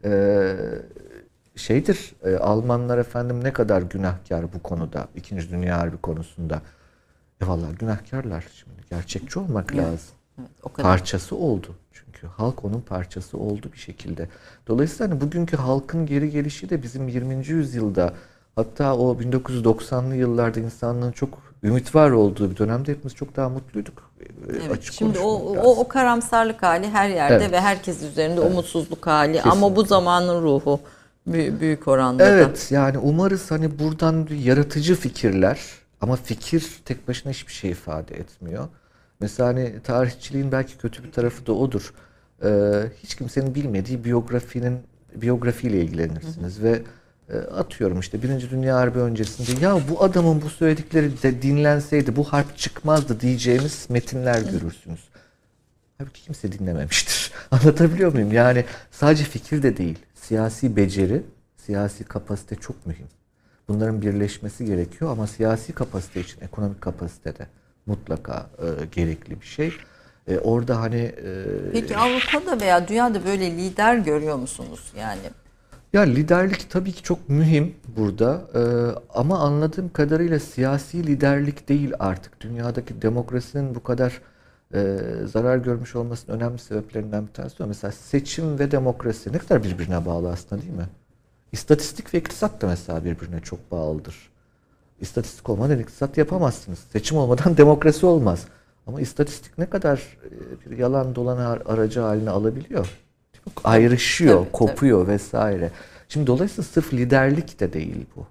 şeydir. Almanlar efendim ne kadar günahkar bu konuda. İkinci Dünya Harbi konusunda. Vallahi günahkarlar şimdi. Gerçekçi olmak lazım. Evet, o kadar. Parçası oldu. Çünkü halk onun parçası oldu bir şekilde. Dolayısıyla hani bugünkü halkın geri gelişi de bizim 20. yüzyılda, hatta o 1990'lı yıllarda insanlığın çok ümit var olduğu bir dönemde hepimiz çok daha mutluyduk. Evet. Açık Şimdi konuşmak lazım. o karamsarlık hali her yerde Evet. ve herkes üzerinde umutsuzluk hali. Kesinlikle. Ama bu zamanın ruhu büyük oranda da. Evet, yani umarız hani buradan yaratıcı fikirler, ama fikir tek başına hiçbir şey ifade etmiyor. Mesela hani tarihçiliğin belki kötü bir tarafı da odur. Hiç kimsenin bilmediği biyografiyle ilgilenirsiniz ve atıyorum işte Birinci Dünya Harbi öncesinde ya bu adamın bu söyledikleri de dinlenseydi bu harp çıkmazdı diyeceğimiz metinler görürsünüz. Halbuki kimse dinlememiştir. Anlatabiliyor muyum? Yani sadece fikir de değil. Siyasi beceri, siyasi kapasite çok mühim. Bunların birleşmesi gerekiyor ama siyasi kapasite için ekonomik kapasite de mutlaka gerekli bir şey. Orada hani... Peki Avrupa'da veya dünyada böyle lider görüyor musunuz? Yani ya liderlik tabii ki çok mühim burada. Ama anladığım kadarıyla siyasi liderlik değil artık. Dünyadaki demokrasinin bu kadar zarar görmüş olmasının önemli sebeplerinden bir tanesi o. Mesela seçim ve demokrasi ne kadar birbirine bağlı aslında, değil mi? İstatistik ve iktisat da mesela birbirine çok bağlıdır. İstatistik olmadan iktisat yapamazsınız. Seçim olmadan demokrasi olmaz. Ama istatistik ne kadar bir yalan dolan aracı haline alabiliyor. Ayrışıyor, tabii, kopuyor vesaire. Şimdi dolayısıyla sırf liderlik de değil bu.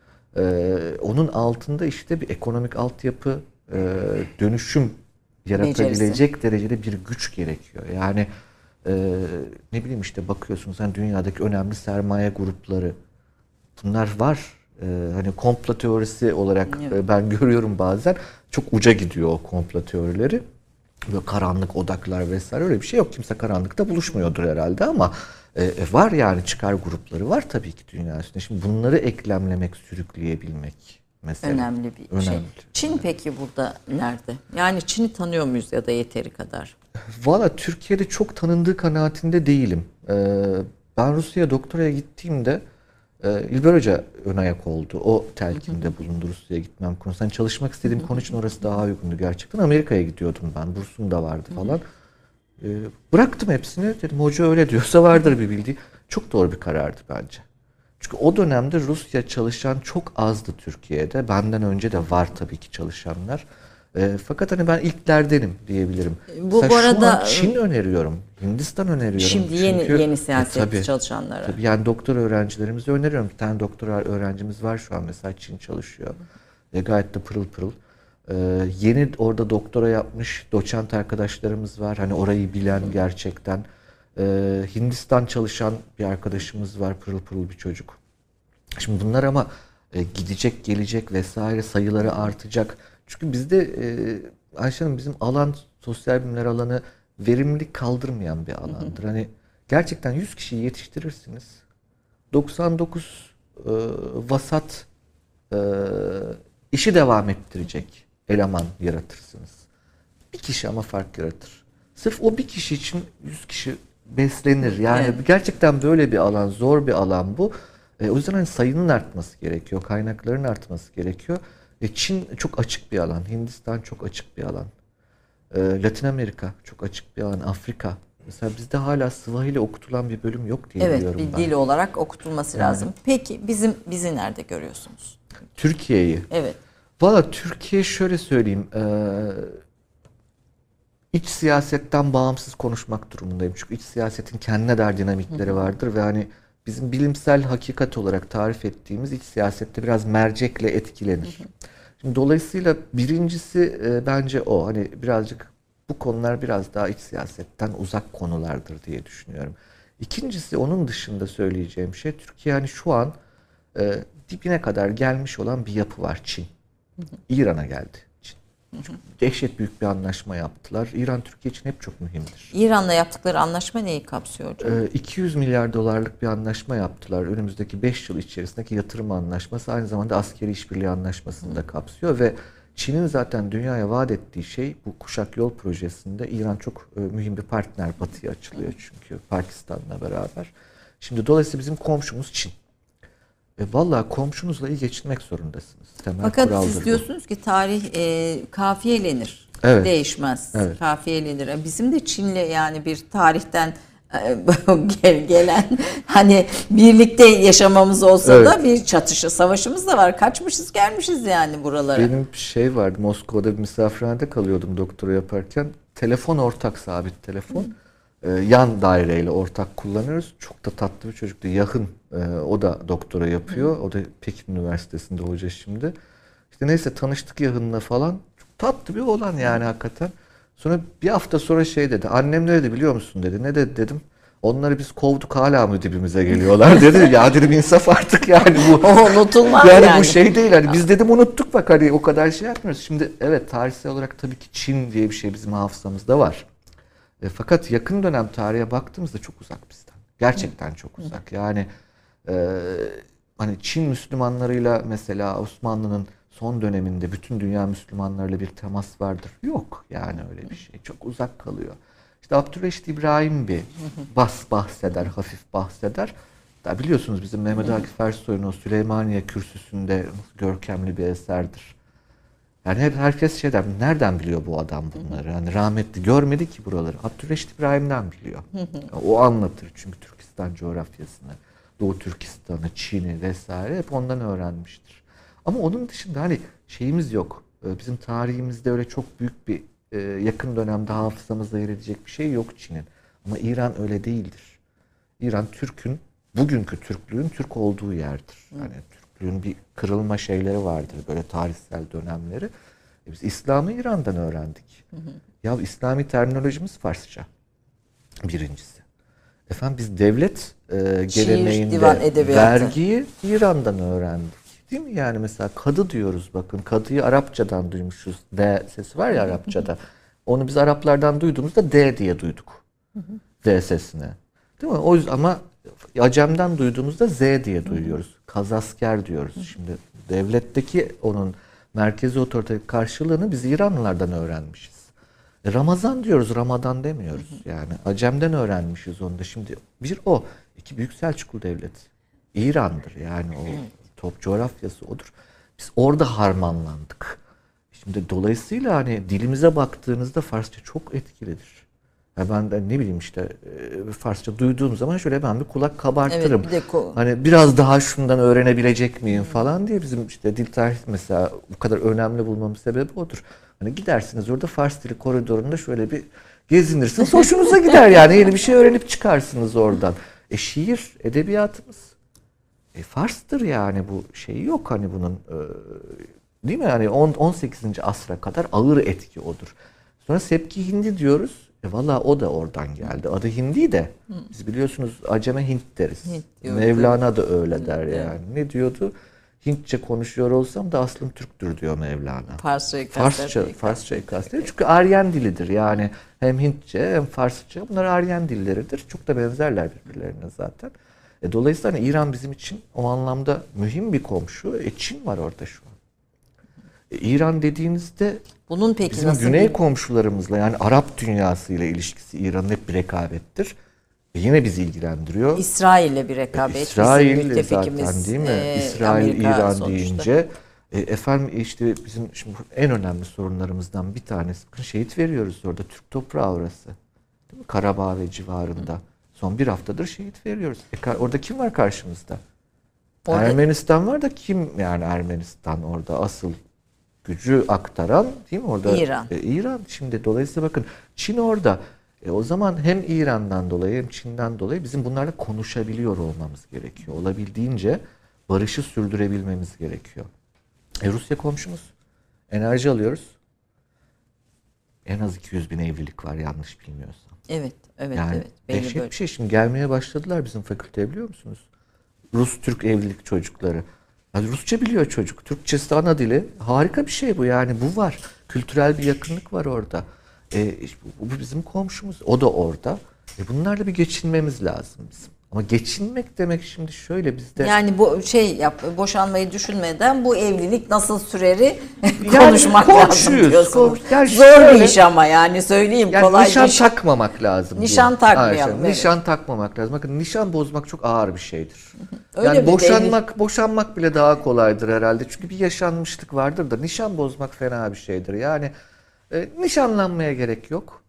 Onun altında işte bir ekonomik altyapı, dönüşüm yaratabilecek derecede bir güç gerekiyor. Yani ne bileyim işte bakıyorsunuz hani dünyadaki önemli sermaye grupları, bunlar var. Hani komplo teorisi olarak ben görüyorum bazen. Çok uca gidiyor o komplo teorileri. Böyle karanlık odaklar vesaire, öyle bir şey yok. Kimse karanlıkta buluşmuyordur herhalde ama var yani, çıkar grupları var tabii ki dünya üstünde. Şimdi bunları eklemlemek, sürükleyebilmek mesela. önemli bir şey. Çin peki burada nerede? Yani Çin'i tanıyor muyuz ya da yeteri kadar? Valla Türkiye'de çok tanındığı kanaatinde değilim. Ben Rusya'ya doktoraya gittiğimde İlber Hoca ön ayak oldu. O telkinde bulundu Rusya'ya gitmem konusunda. Yani çalışmak istediğim konu için orası daha uygundu gerçekten. Amerika'ya gidiyordum ben. Bursum da vardı falan. Bıraktım hepsini. Dedim hoca öyle diyorsa vardır bir bildiği. Çok doğru bir karardı bence. Çünkü o dönemde Rusya çalışan çok azdı Türkiye'de. Benden önce de var tabii ki çalışanlar. Fakat hani ben ilklerdenim diyebilirim. Bu arada şu an Çin öneriyorum, Hindistan öneriyorum. Şimdi yeni siyaset çalışanlara. Tabii yani doktor öğrencilerimize öneriyorum. Bir tane doktor öğrencimiz var şu an mesela, Çin çalışıyor. Gayet de pırıl pırıl. Yeni orada doktora yapmış doçent arkadaşlarımız var. Hani orayı bilen gerçekten. Hindistan çalışan bir arkadaşımız var, pırıl pırıl bir çocuk. Şimdi bunlar ama gidecek, gelecek vesaire, sayıları artacak. Çünkü bizde Ayşe Hanım, bizim alan, sosyal bilimler alanı verimlilik kaldırmayan bir alandır. Hani gerçekten 100 kişiyi yetiştirirsiniz. 99 vasat işi devam ettirecek eleman yaratırsınız. Bir kişi ama fark yaratır. Sırf o bir kişi için 100 kişi beslenir. Yani Evet. gerçekten böyle bir alan, zor bir alan bu. O yüzden hani sayının artması gerekiyor, kaynakların artması gerekiyor. Çin çok açık bir alan, Hindistan çok açık bir alan. Latin Amerika çok açık bir alan, Afrika. Mesela bizde hala Swahili okutulan bir bölüm yok diye biliyorum Evet, bir ben. dil olarak okutulması lazım. Peki bizi nerede görüyorsunuz? Türkiye'yi. Evet. Valla Türkiye şöyle söyleyeyim. İç siyasetten bağımsız konuşmak durumundayım. Çünkü iç siyasetin kendine dair dinamikleri vardır ve hani bizim bilimsel hakikat olarak tarif ettiğimiz iç siyasette biraz mercekle etkilenir. Şimdi dolayısıyla birincisi bence o. Hani birazcık bu konular biraz daha iç siyasetten uzak konulardır diye düşünüyorum. İkincisi, onun dışında söyleyeceğim şey, Türkiye hani şu an dibine kadar gelmiş olan bir yapı var, Çin. İran'a geldi Çin. Çok dehşet büyük bir anlaşma yaptılar. İran Türkiye için hep çok mühimdir. İran'la yaptıkları anlaşma neyi kapsıyor hocam? 200 milyar dolarlık bir anlaşma yaptılar. Önümüzdeki 5 yıl içerisindeki yatırım anlaşması, aynı zamanda askeri işbirliği anlaşmasını da kapsıyor ve Çin'in zaten dünyaya vaat ettiği şey, bu Kuşak Yol projesinde İran çok mühim bir partner, Batı'ya açılıyor çünkü Pakistan'la beraber. Şimdi dolayısıyla bizim komşumuz Çin. Vallahi komşunuzla iyi geçinmek zorundasınız. Temel Fakat kuraldır siz bu. diyorsunuz ki tarih kafiyelenir. Evet. Değişmez. Evet. Kafiyelenir. Bizim de Çin'le yani bir tarihten gelen hani birlikte yaşamamız olsa da bir savaşımız da var. Kaçmışız gelmişiz yani buralara. Benim şey vardı, Moskova'da bir misafirhanede kalıyordum doktora yaparken. Telefon ortak, sabit telefon. Yan daireyle ortak kullanıyoruz. Çok da tatlı bir çocuktu. Yakın. O da doktora yapıyor. O da Pekin Üniversitesi'nde hoca şimdi. İşte neyse tanıştık Yakın'la falan. Çok tatlı bir oğlan yani hakikaten. Sonra bir hafta sonra şey dedi. Annem ne dedi biliyor musun dedi. Ne dedi dedim. Onları biz kovduk, hala mı dibimize geliyorlar dedi. Ya dedim, insaf artık yani bu. O unutulmaz Yani bu şey değil. Hani biz dedim unuttuk bak, hani o kadar şey yapmıyoruz. Şimdi evet, tarihsel olarak tabii ki Çin diye bir şey bizim hafızamızda var. Fakat yakın dönem tarihe baktığımızda çok uzak bizden. Gerçekten çok uzak. Yani hani Çin Müslümanlarıyla mesela Osmanlı'nın son döneminde bütün dünya Müslümanlarıyla bir temas vardır. Yok yani öyle bir şey. Çok uzak kalıyor. İşte Abdülreşit İbrahim bir bahseder, hafif bahseder. Da biliyorsunuz bizim Mehmet Akif Ersoy'un o Süleymaniye kürsüsünde görkemli bir eserdir. Yani hep herkes şey der, nereden biliyor bu adam bunları? Hani rahmetli görmedi ki buraları. Abdülreşit İbrahim'den biliyor. O anlatır çünkü Türkistan coğrafyasını, Doğu Türkistan'ı, Çin'i vesaire hep ondan öğrenmiştir. Ama onun dışında hani şeyimiz yok. Bizim tarihimizde öyle çok büyük bir yakın dönemde hafızamızda yer edecek bir şey yok Çin'in. Ama İran öyle değildir. İran Türk'ün, bugünkü Türklüğün Türk olduğu yerdir. Yani Türklüğün bir kırılma şeyleri vardır, böyle tarihsel dönemleri. Biz İslam'ı İran'dan öğrendik. Ya İslami terminolojimiz Farsça. Birincisi. Efendim biz devlet geleneğinde vergiyi İran'dan öğrendik. Değil mi? Yani mesela kadı diyoruz bakın. Kadıyı Arapçadan duymuşuz. D sesi var ya Arapçada. Onu biz Araplardan duyduğumuzda D diye duyduk. D sesini. Değil mi? O yüzden ama Acem'den duyduğumuzda Z diye duyuyoruz. Kazasker diyoruz. Şimdi devletteki onun merkezi otorite karşılığını biz İranlılardan öğrenmişiz. Ramazan diyoruz, Ramadan demiyoruz. Yani Acem'den öğrenmişiz onu da. Şimdi bir o. İki, Büyük Selçuklu Devleti. İran'dır yani o top coğrafyası odur. Biz orada harmanlandık. Şimdi dolayısıyla hani dilimize baktığınızda Farsça çok etkilidir. Ya ben de ne bileyim işte Farsça duyduğum zaman şöyle ben bir kulak kabartırım. Evet, bir de Hani biraz daha şundan öğrenebilecek miyim falan diye bizim işte dil tarihi mesela bu kadar önemli bulmamın sebebi odur. Hani gidersiniz orada Fars dili koridorunda şöyle bir gezinirsiniz. Hoşunuza gider yani. Yeni bir şey öğrenip çıkarsınız oradan. Şiir, edebiyatımız Fars'tır yani, bu şey yok hani bunun değil mi? Yani 18. asra kadar ağır etki odur. Sonra Sepki Hindi diyoruz. Valla o da oradan geldi. Adı Hindi de. Biz biliyorsunuz Aceme Hint deriz. Hint diyoruz, Mevlana da öyle der yani. Ne diyordu? Hintçe konuşuyor olsam da aslım Türktür diyor Mevlana. Farsçayı kastediyor. Çünkü Aryen dilidir yani. Hem Hintçe hem Farsça. Bunlar Aryen dilleridir. Çok da benzerler birbirlerine zaten. Dolayısıyla hani İran bizim için o anlamda mühim bir komşu. Çin var orada şu an. İran dediğinizde bunun peki bizim nasıl güney komşularımızla yani Arap dünyasıyla ilişkisi İran'ın hep bir rekabettir. Yine bizi ilgilendiriyor. İsrail'le bir rekabet. İsrail zaten değil mi? İsrail, Amerika İran sonuçta deyince efendim işte bizim şimdi en önemli sorunlarımızdan bir tanesi. Bakın şehit veriyoruz orada. Türk toprağı orası. Değil mi? Karabağ ve civarında. Son bir haftadır şehit veriyoruz. Orada kim var karşımızda? Orada... Ermenistan var da kim yani Ermenistan orada asıl gücü aktaran değil mi orada? İran. İran. Şimdi dolayısıyla bakın Çin orada. O zaman hem İran'dan dolayı hem Çin'den dolayı bizim bunlarla konuşabiliyor olmamız gerekiyor. Olabildiğince barışı sürdürebilmemiz gerekiyor. Rusya komşumuz. Enerji alıyoruz. En az 200.000 evlilik var yanlış bilmiyorsam. Evet. Yani evet. Dehşet bir şey. Şimdi gelmeye başladılar bizim fakülteye biliyor musunuz? Rus-Türk evlilik çocukları. Yani Rusça biliyor çocuk. Türkçesi ana dili. Harika bir şey bu yani. Bu var. Kültürel bir yakınlık var orada. Bu bizim komşumuz. O da orada. Bunlarla bir geçinmemiz lazım bizim. Ama geçinmek demek şimdi şöyle bizde... Yani bu boşanmayı düşünmeden bu evlilik nasıl süreri konuşmak lazım diyorsunuz. Zor bir iş ama yani söyleyeyim yani kolay nişan bir takmamak lazım. Nişan takmayalım. Evet. Nişan takmamak lazım. Bakın nişan bozmak çok ağır bir şeydir. Öyle yani bir boşanmak bile daha kolaydır herhalde. Çünkü bir yaşanmışlık vardır da nişan bozmak fena bir şeydir. Yani nişanlanmaya gerek yok.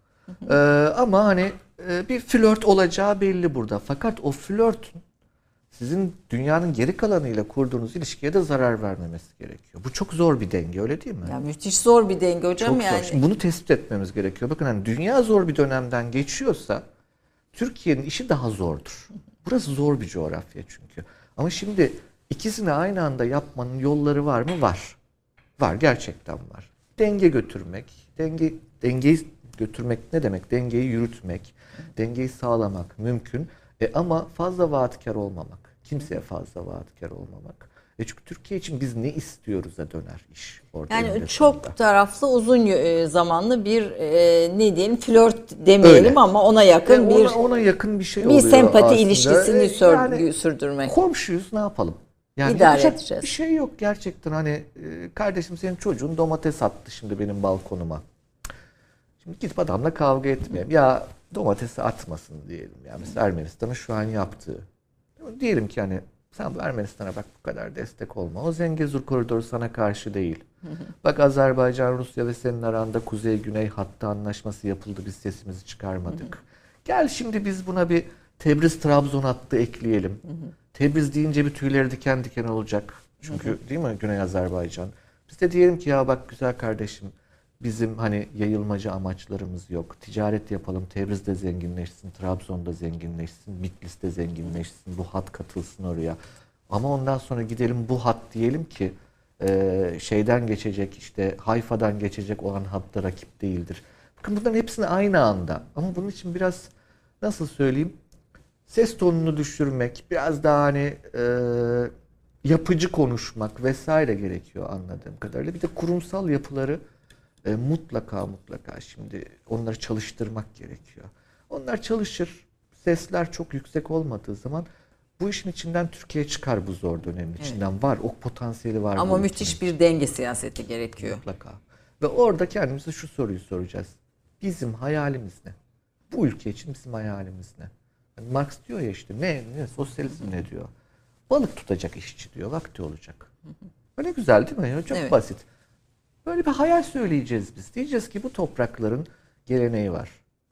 Ama hani bir flört olacağı belli burada. Fakat o flörtün sizin dünyanın geri kalanıyla kurduğunuz ilişkiye de zarar vermemesi gerekiyor. Bu çok zor bir denge, öyle değil mi? Ya müthiş zor bir denge hocam çok yani. Zor. Şimdi bunu tespit etmemiz gerekiyor. Bakın hani dünya zor bir dönemden geçiyorsa Türkiye'nin işi daha zordur. Burası zor bir coğrafya çünkü. Ama şimdi ikisini aynı anda yapmanın yolları var mı? Var. Var, gerçekten var. Denge götürmek, dengeyi götürmek ne demek? Dengeyi yürütmek, dengeyi sağlamak mümkün. Ama fazla vaatkar olmamak. Kimseye fazla vaatkar olmamak. Çünkü Türkiye için biz ne istiyoruz'a döner iş. Orada yani çok taraflı uzun zamanlı bir ne diyelim flört demeyelim öyle. Ama ona yakın ona yakın bir şey oluyor. Bir sempati aslında. ilişkisini sürdürmek. Komşuyuz, ne yapalım? Yani İdare edeceğiz. Bir şey yok gerçekten hani kardeşim senin çocuğun domates attı şimdi benim balkonuma. Şimdi gidip adamla kavga etmeyeyim. Ya domatesi atmasın diyelim. Yani mesela Ermenistan'ın şu an yaptığı. Diyelim ki hani sen bu Ermenistan'a bak bu kadar destek olma. O Zengezur koridoru sana karşı değil. Bak Azerbaycan, Rusya ve senin aranda kuzey-güney hattı anlaşması yapıldı. Biz sesimizi çıkarmadık. Gel şimdi biz buna bir Tebriz-Trabzon hattı ekleyelim. Tebriz deyince bir tüyleri diken diken olacak. Çünkü değil mi Güney Azerbaycan. Biz de diyelim ki ya bak güzel kardeşim bizim hani yayılmacı amaçlarımız yok. Ticaret yapalım. Tebriz'de zenginleşsin, Trabzon'da zenginleşsin, Bitlis'te zenginleşsin. Bu hat katılsın oraya. Ama ondan sonra gidelim bu hat diyelim ki şeyden geçecek işte Hayfa'dan geçecek olan hatta rakip değildir. Bakın bunların hepsini aynı anda. Ama bunun için biraz nasıl söyleyeyim? Ses tonunu düşürmek, biraz daha hani yapıcı konuşmak vesaire gerekiyor anladığım kadarıyla. Bir de kurumsal yapıları mutlaka şimdi onları çalıştırmak gerekiyor. Onlar çalışır. Sesler çok yüksek olmadığı zaman bu işin içinden Türkiye çıkar bu zor dönemin içinden. Var. O potansiyeli var. Ama müthiş bir denge siyaseti gerekiyor. Mutlaka. Ve orada kendimize şu soruyu soracağız. Bizim hayalimiz ne? Bu ülke için bizim hayalimiz ne? Yani Marx diyor ya işte ne sosyalizm ne diyor? Balık tutacak işçi diyor. Vakti olacak. Öyle güzel değil mi? Çok basit. Böyle bir hayal söyleyeceğiz biz. Diyeceğiz ki bu toprakların geleneği var.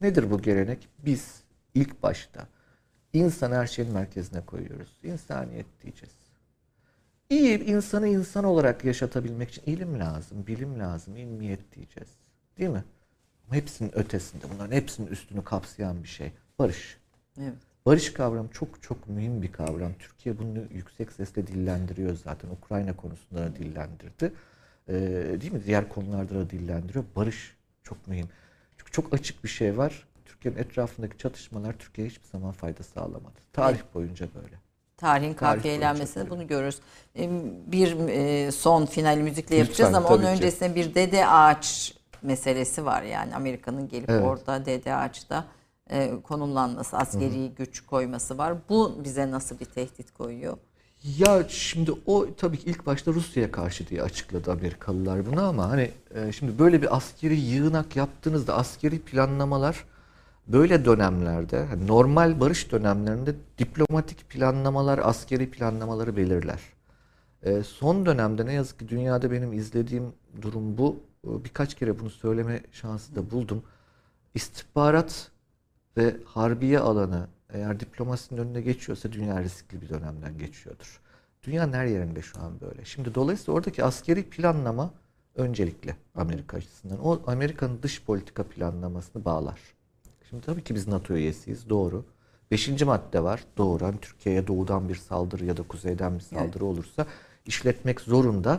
Nedir bu gelenek? Biz ilk başta insanı her şeyin merkezine koyuyoruz. İnsaniyet diyeceğiz. İyi insanı insan olarak yaşatabilmek için ilim lazım, bilim lazım, ilmiyet diyeceğiz. Değil mi? Ama hepsinin ötesinde, bunların hepsinin üstünü kapsayan bir şey. Barış. Evet. Barış kavramı çok çok mühim bir kavram. Türkiye bunu yüksek sesle dillendiriyor zaten. Ukrayna konusunda da dillendirdi. Değil mi? Diğer konularda da dillendiriyor. Barış çok mühim. Çünkü çok açık bir şey var. Türkiye'nin etrafındaki çatışmalar Türkiye'ye hiçbir zaman fayda sağlamadı. Tarih boyunca böyle. Tarihin Tarih kafiyelenmesini boyunca bunu görürüz. Bir son final müzikle yapacağız Lütfen, ama onun tabii ki. öncesinde bir Dede Ağaç meselesi var. Yani Amerika'nın gelip Evet. orada Dede Ağaç'ta konumlanması, askeri güç koyması var. Bu bize nasıl bir tehdit koyuyor? Ya şimdi o tabii ki ilk başta Rusya'ya karşı diye açıkladı Amerikalılar bunu ama hani şimdi böyle bir askeri yığınak yaptığınızda askeri planlamalar böyle dönemlerde hani normal barış dönemlerinde diplomatik planlamalar askeri planlamaları belirler. Son dönemde ne yazık ki dünyada benim izlediğim durum bu. Birkaç kere bunu söyleme şansı da buldum. İstihbarat ve harbiye alanı eğer diplomasinin önüne geçiyorsa dünya riskli bir dönemden geçiyordur. Dünyanın her yerinde şu an böyle. Şimdi dolayısıyla oradaki askeri planlama öncelikli Amerika açısından. O Amerika'nın dış politika planlamasını bağlar. Şimdi tabii ki biz NATO üyesiyiz, doğru. 5. madde var, doğru. Hani Türkiye'ye doğudan bir saldırı ya da kuzeyden bir saldırı olursa işletmek zorunda.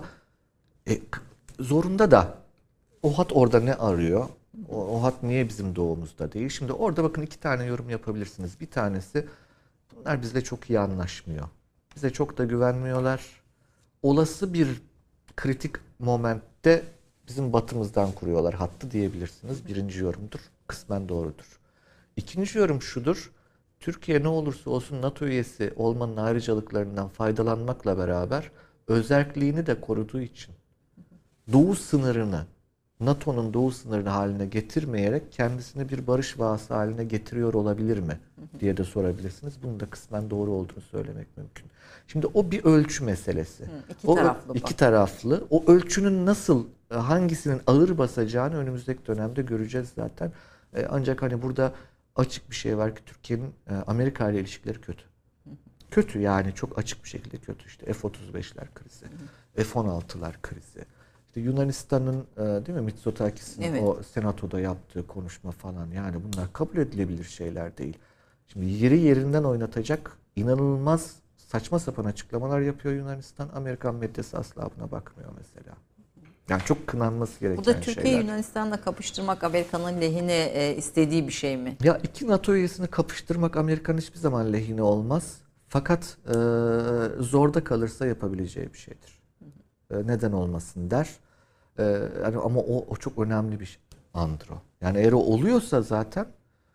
Zorunda da o hat orada ne arıyor? O hat niye bizim doğumuzda değil? Şimdi orada bakın 2 tane yorum yapabilirsiniz. Bir tanesi bunlar bizle çok iyi anlaşmıyor. Bize çok da güvenmiyorlar. Olası bir kritik momentte bizim batımızdan kuruyorlar hattı diyebilirsiniz. Birinci yorumdur. Kısmen doğrudur. İkinci yorum şudur. Türkiye ne olursa olsun NATO üyesi olmanın ayrıcalıklarından faydalanmakla beraber özerkliğini de koruduğu için doğu sınırını NATO'nun doğu sınırını haline getirmeyerek kendisini bir barış vaası haline getiriyor olabilir mi diye de sorabilirsiniz. Bunun da kısmen doğru olduğunu söylemek mümkün. Şimdi o bir ölçü meselesi. İki taraflı. O ölçünün nasıl, hangisinin ağır basacağını önümüzdeki dönemde göreceğiz zaten. Ancak hani burada açık bir şey var ki Türkiye'nin Amerika ile ilişkileri kötü. Kötü yani çok açık bir şekilde kötü. İşte F-35'ler krizi, F-16'lar krizi. İşte Yunanistan'ın değil mi Mitsotakis'in o senatoda yaptığı konuşma falan yani bunlar kabul edilebilir şeyler değil. Şimdi yeri yerinden oynatacak inanılmaz saçma sapan açıklamalar yapıyor Yunanistan. Amerikan medyası asla buna bakmıyor mesela. Yani çok kınanması gereken şeyler. Bu da Türkiye Yunanistan'la kapıştırmak Amerika'nın lehine istediği bir şey mi? Ya 2 NATO üyesini kapıştırmak Amerika'nın hiçbir zaman lehine olmaz. Fakat zorda kalırsa yapabileceği bir şeydir. Neden olmasın der. Yani ama o çok önemli bir andır o. Yani eğer o oluyorsa zaten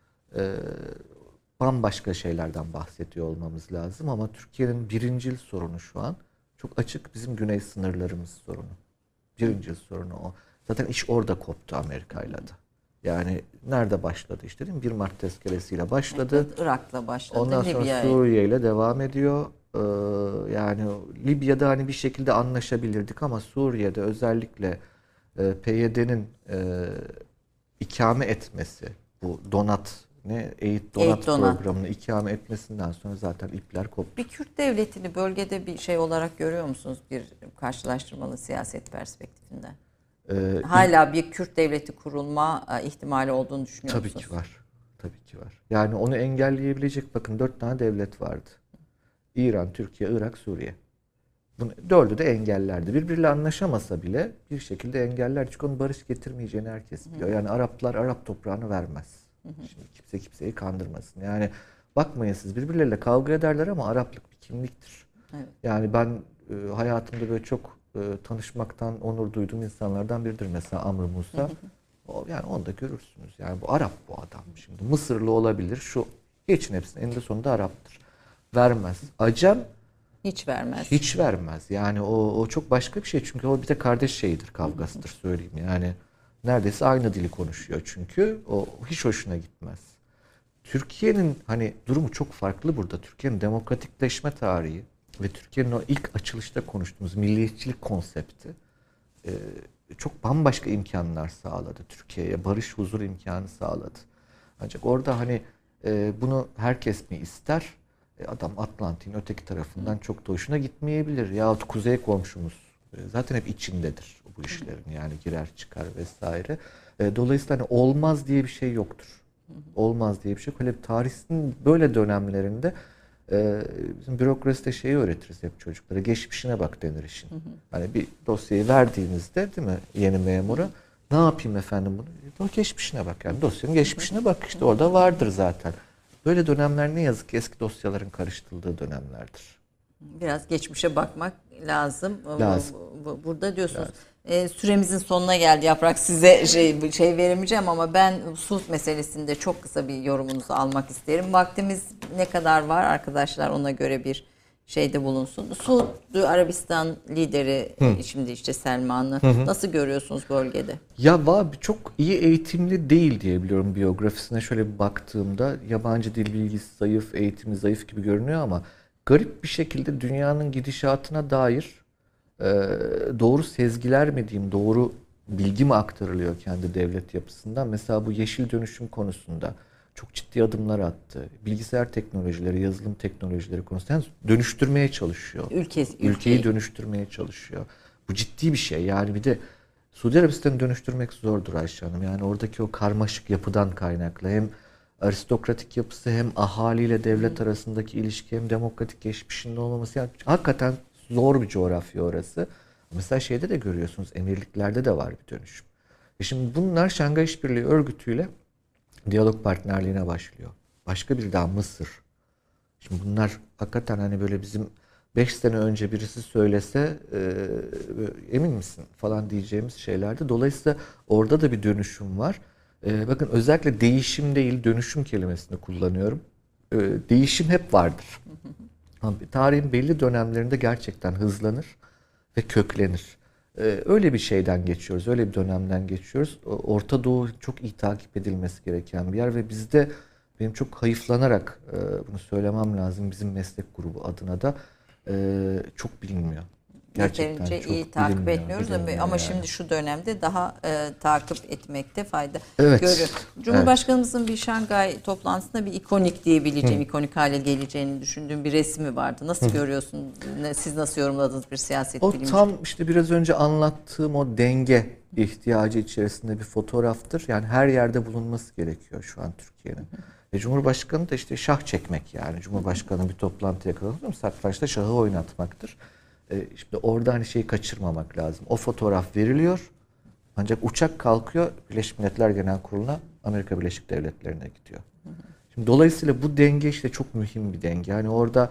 bambaşka şeylerden bahsediyor olmamız lazım. Ama Türkiye'nin birincil sorunu şu an çok açık bizim güney sınırlarımız sorunu. Birincil sorunu o. Zaten iş orada koptu Amerika'yla da. Yani nerede başladı işte değil mi? 1 Mart tezkeresiyle başladı. Evet, Irak'la başladı. Ondan sonra Suriye ile devam ediyor. Yani Libya'da hani bir şekilde anlaşabilirdik ama Suriye'de özellikle PYD'nin ikame etmesi, bu Eğit Donat programını ikame etmesinden sonra zaten ipler koptu. Bir Kürt devletini bölgede bir şey olarak görüyor musunuz bir karşılaştırmalı siyaset perspektifinden? Hala bir Kürt devleti kurulma ihtimali olduğunu düşünüyor musunuz? Tabii ki var. Tabii ki var. Yani onu engelleyebilecek bakın 4 tane devlet vardı. İran, Türkiye, Irak, Suriye. Bunu 4'ü de engellerdi. Birbiriyle anlaşamasa bile bir şekilde engeller. Çünkü onun barış getirmeyeceğini herkes biliyor. Yani Araplar Arap toprağını vermez. Şimdi kimse kimseyi kandırmasın. Yani bakmayın siz birbirleriyle kavga ederler ama Araplık bir kimliktir. Evet. Yani ben hayatımda böyle çok tanışmaktan onur duyduğum insanlardan biridir. Mesela Amr Musa. Yani onu da görürsünüz. Yani bu Arap bu adam. Şimdi Mısırlı olabilir. Şu geçin hepsini. Eninde sonunda Arap'tır. Vermez. Acem hiç vermez. Hiç vermez. Yani o çok başka bir şey. Çünkü o bir de kardeş şeyidir, kavgasıdır söyleyeyim. Yani neredeyse aynı dili konuşuyor çünkü. O hiç hoşuna gitmez. Türkiye'nin hani durumu çok farklı burada. Türkiye'nin demokratikleşme tarihi ve Türkiye'nin o ilk açılışta konuştuğumuz milliyetçilik konsepti çok bambaşka imkanlar sağladı Türkiye'ye. Barış, huzur imkanı sağladı. Ancak orada hani bunu herkes mi ister? Adam Atlantik'in öteki tarafından çok da hoşuna gitmeyebilir. Yahut kuzey komşumuz zaten hep içindedir bu işlerin, yani girer çıkar vesaire. Dolayısıyla hani olmaz diye bir şey yoktur. Olmaz diye bir şey yok. Öyle tarihin böyle dönemlerinde bizim bürokraside şeyi öğretiriz hep çocuklara. Geçmişine bak denir işin. Hani bir dosyayı verdiğinizde, değil mi, yeni memura, ne yapayım efendim bunu? O geçmişine bak, yani dosyanın geçmişine bak, işte orada vardır zaten. Böyle dönemler ne yazık ki eski dosyaların karıştırıldığı dönemlerdir. Biraz geçmişe bakmak lazım. Lazım. Burada diyorsunuz. Süremizin sonuna geldi Yaprak. Size şey veremeyeceğim ama ben Suud meselesinde çok kısa bir yorumunuzu almak isterim. Vaktimiz ne kadar var arkadaşlar, ona göre bir şeyde bulunsun. Suud Arabistan lideri şimdi işte Selman'ı nasıl görüyorsunuz bölgede? Ya çok iyi eğitimli değil diye biliyorum biyografisine. Şöyle bir baktığımda yabancı dil bilgisi zayıf, eğitimi zayıf gibi görünüyor ama garip bir şekilde dünyanın gidişatına dair doğru sezgiler mi diyeyim, doğru bilgi mi aktarılıyor kendi devlet yapısından? Mesela bu yeşil dönüşüm konusunda çok ciddi adımlar attı. Bilgisayar teknolojileri, yazılım teknolojileri konusunda yani dönüştürmeye çalışıyor. Ülkeyi dönüştürmeye çalışıyor. Bu ciddi bir şey. Yani bir de Suudi Arabistan'ı dönüştürmek zordur Ayşe Hanım. Yani oradaki o karmaşık yapıdan kaynaklı hem aristokratik yapısı, hem ahaliyle devlet arasındaki ilişki, hem demokratik geçmişinin olmaması. Yani hakikaten zor bir coğrafya orası. Mesela şeyde de görüyorsunuz, emirliklerde de var bir dönüşüm. Şimdi bunlar Şanghay İşbirliği Örgütü'yle diyalog partnerliğine başlıyor. Başka bir daha Mısır. Şimdi bunlar hakikaten hani böyle bizim 5 sene önce birisi söylese emin misin falan diyeceğimiz şeylerdi. Dolayısıyla orada da bir dönüşüm var. Bakın özellikle değişim değil, dönüşüm kelimesini kullanıyorum. Değişim hep vardır. Tarihin belli dönemlerinde gerçekten hızlanır ve köklenir. Öyle bir şeyden geçiyoruz, öyle bir dönemden geçiyoruz. Orta Doğu çok iyi takip edilmesi gereken bir yer ve bizde, benim çok hayıflanarak bunu söylemem lazım, bizim meslek grubu adına da çok bilinmiyor. Gerçekten Yeterince çok iyi takip etmiyoruz ama yani. şimdi şu dönemde daha takip etmekte fayda Evet. görüyorum. Cumhurbaşkanımızın bir Şanghay toplantısında bir ikonik diyebileceğim, ikonik hale geleceğini düşündüğüm bir resmi vardı. Nasıl görüyorsun? Siz nasıl yorumladınız bir siyaset O bilimci? tam işte biraz önce anlattığım o denge ihtiyacı içerisinde bir fotoğraftır. Yani her yerde bulunması gerekiyor şu an Türkiye'nin. Cumhurbaşkanı da işte şah çekmek yani. Cumhurbaşkanı bir toplantıya katılıyor mu? Satrançta şahı oynatmaktır. Şimdi orada hani şeyi kaçırmamak lazım. O fotoğraf veriliyor. Ancak uçak kalkıyor, Birleşmiş Milletler Genel Kurulu'na, Amerika Birleşik Devletleri'ne gidiyor. Şimdi dolayısıyla bu denge işte çok mühim bir denge. Yani orada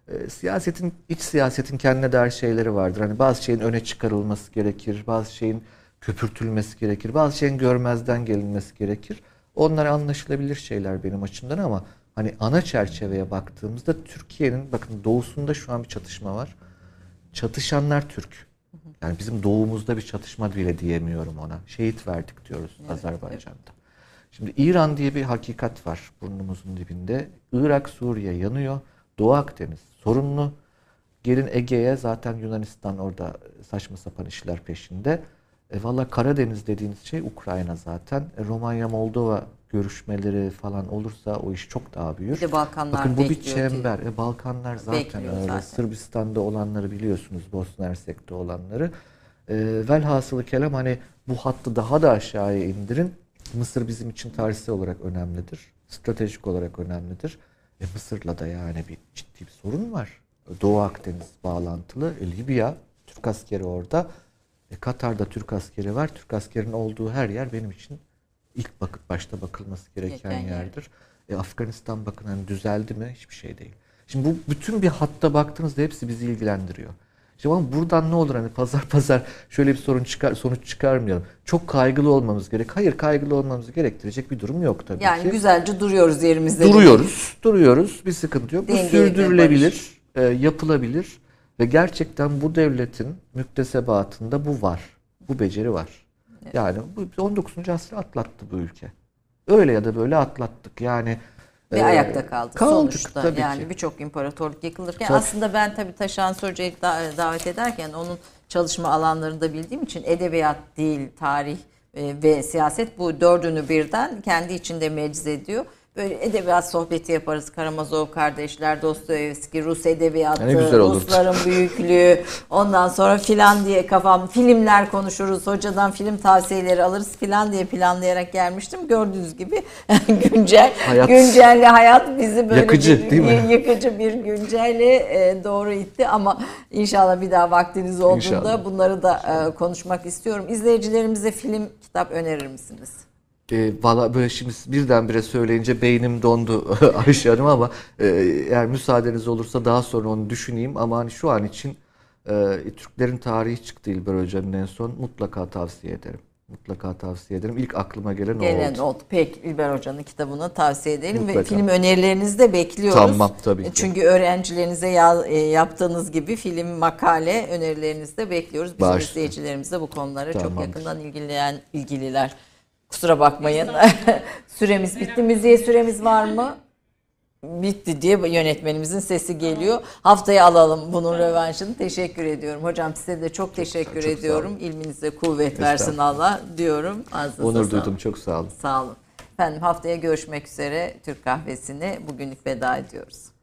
iç siyasetin kendine dair şeyleri vardır. Hani bazı şeyin öne çıkarılması gerekir, bazı şeyin köpürtülmesi gerekir, bazı şeyin görmezden gelinmesi gerekir. Onlar anlaşılabilir şeyler benim açımdan ama hani ana çerçeveye baktığımızda Türkiye'nin, bakın doğusunda şu an bir çatışma var. Çatışanlar Türk. Yani bizim doğumuzda bir çatışma bile diyemiyorum ona. Şehit verdik diyoruz Azerbaycan'da. Evet. Şimdi İran diye bir hakikat var burnumuzun dibinde. Irak, Suriye yanıyor. Doğu Akdeniz sorunlu. Gelin Ege'ye, zaten Yunanistan orada saçma sapan işler peşinde. Valla Karadeniz dediğiniz şey Ukrayna zaten. Romanya, Moldova görüşmeleri falan olursa o iş çok daha büyür. Bir de Balkanlar bakın bu bir bekliyor çember. Balkanlar zaten öyle. Sırbistan'da olanları biliyorsunuz, Bosna Hersek'te olanları. Velhasılı kelam hani bu hattı daha da aşağıya indirin. Mısır bizim için tarihsel olarak önemlidir. Stratejik olarak önemlidir. Mısır'la da yani bir ciddi bir sorun var. Doğu Akdeniz bağlantılı. Libya, Türk askeri orada. Katar'da Türk askeri var. Türk askerinin olduğu her yer benim için ilk başta bakılması gereken yerdir. Afganistan bakın hani düzeldi mi? Hiçbir şey değil. Şimdi bu bütün bir hatta baktığınızda hepsi bizi ilgilendiriyor. Şimdi ama buradan ne olur hani pazar şöyle bir sonuç çıkarmayalım. Çok kaygılı olmamız gerek. Hayır, kaygılı olmamızı gerektirecek bir durum yok tabii ki. Yani güzelce duruyoruz yerimizde. Duruyoruz. Bir sıkıntı yok. Bu sürdürülebilir, yapılabilir ve gerçekten bu devletin müktesebatında bu var. Bu beceri var. Evet. Yani bu 19. asrı atlattı bu ülke. Öyle ya da böyle atlattık. Yani ve ayakta kaldık sonuçta. Yani birçok imparatorluk yıkılırken aslında ben tabii Taşansı Hoca'yı davet ederken onun çalışma alanlarında bildiğim için edebiyat, dil, tarih ve siyaset, bu dördünü birden kendi içinde mecz ediyor. Böyle edebiyat sohbeti yaparız. Karamazov kardeşler, Dostoyevski, Rus edebiyatı, Ne güzel olurdu. Rusların büyüklüğü, ondan sonra filan diye filmler konuşuruz. Hocadan film tavsiyeleri alırız filan diye planlayarak gelmiştim. Gördüğünüz gibi güncelle hayat bizi böyle Yakıcı, değil mi? Yakıcı bir güncelle doğru itti ama inşallah bir daha vaktiniz olduğunda İnşallah. bunları da konuşmak istiyorum. İzleyicilerimize film, kitap önerir misiniz? Valla böyle şimdi birdenbire söyleyince beynim dondu Ayşe Hanım, ama eğer müsaadeniz olursa daha sonra onu düşüneyim, ama hani şu an için Türklerin Tarihi çıktı İlber Hoca'nın en son, mutlaka tavsiye ederim. Mutlaka tavsiye ederim. İlk aklıma gelen o oldu. Peki, İlber Hoca'nın kitabını tavsiye edelim Mutlaka. ve film önerilerinizi de bekliyoruz. Tamam, tabii ki. Çünkü öğrencilerinize yaptığınız gibi film, makale önerilerinizi de bekliyoruz. Bizim Başta. izleyicilerimiz de bu konulara çok Tamamdır. yakından ilgililer. Kusura bakmayın. Süremiz bitti. Müziğe süremiz var mı? Bitti diye yönetmenimizin sesi geliyor. Haftaya alalım bunun rövanşını. Teşekkür ediyorum. Hocam size de çok teşekkür ediyorum. İlminize kuvvet versin Allah diyorum. Onur duydum. Çok sağ olun. Sağ olun. Efendim, haftaya görüşmek üzere. Türk Kahvesi'ne bugünlük veda ediyoruz.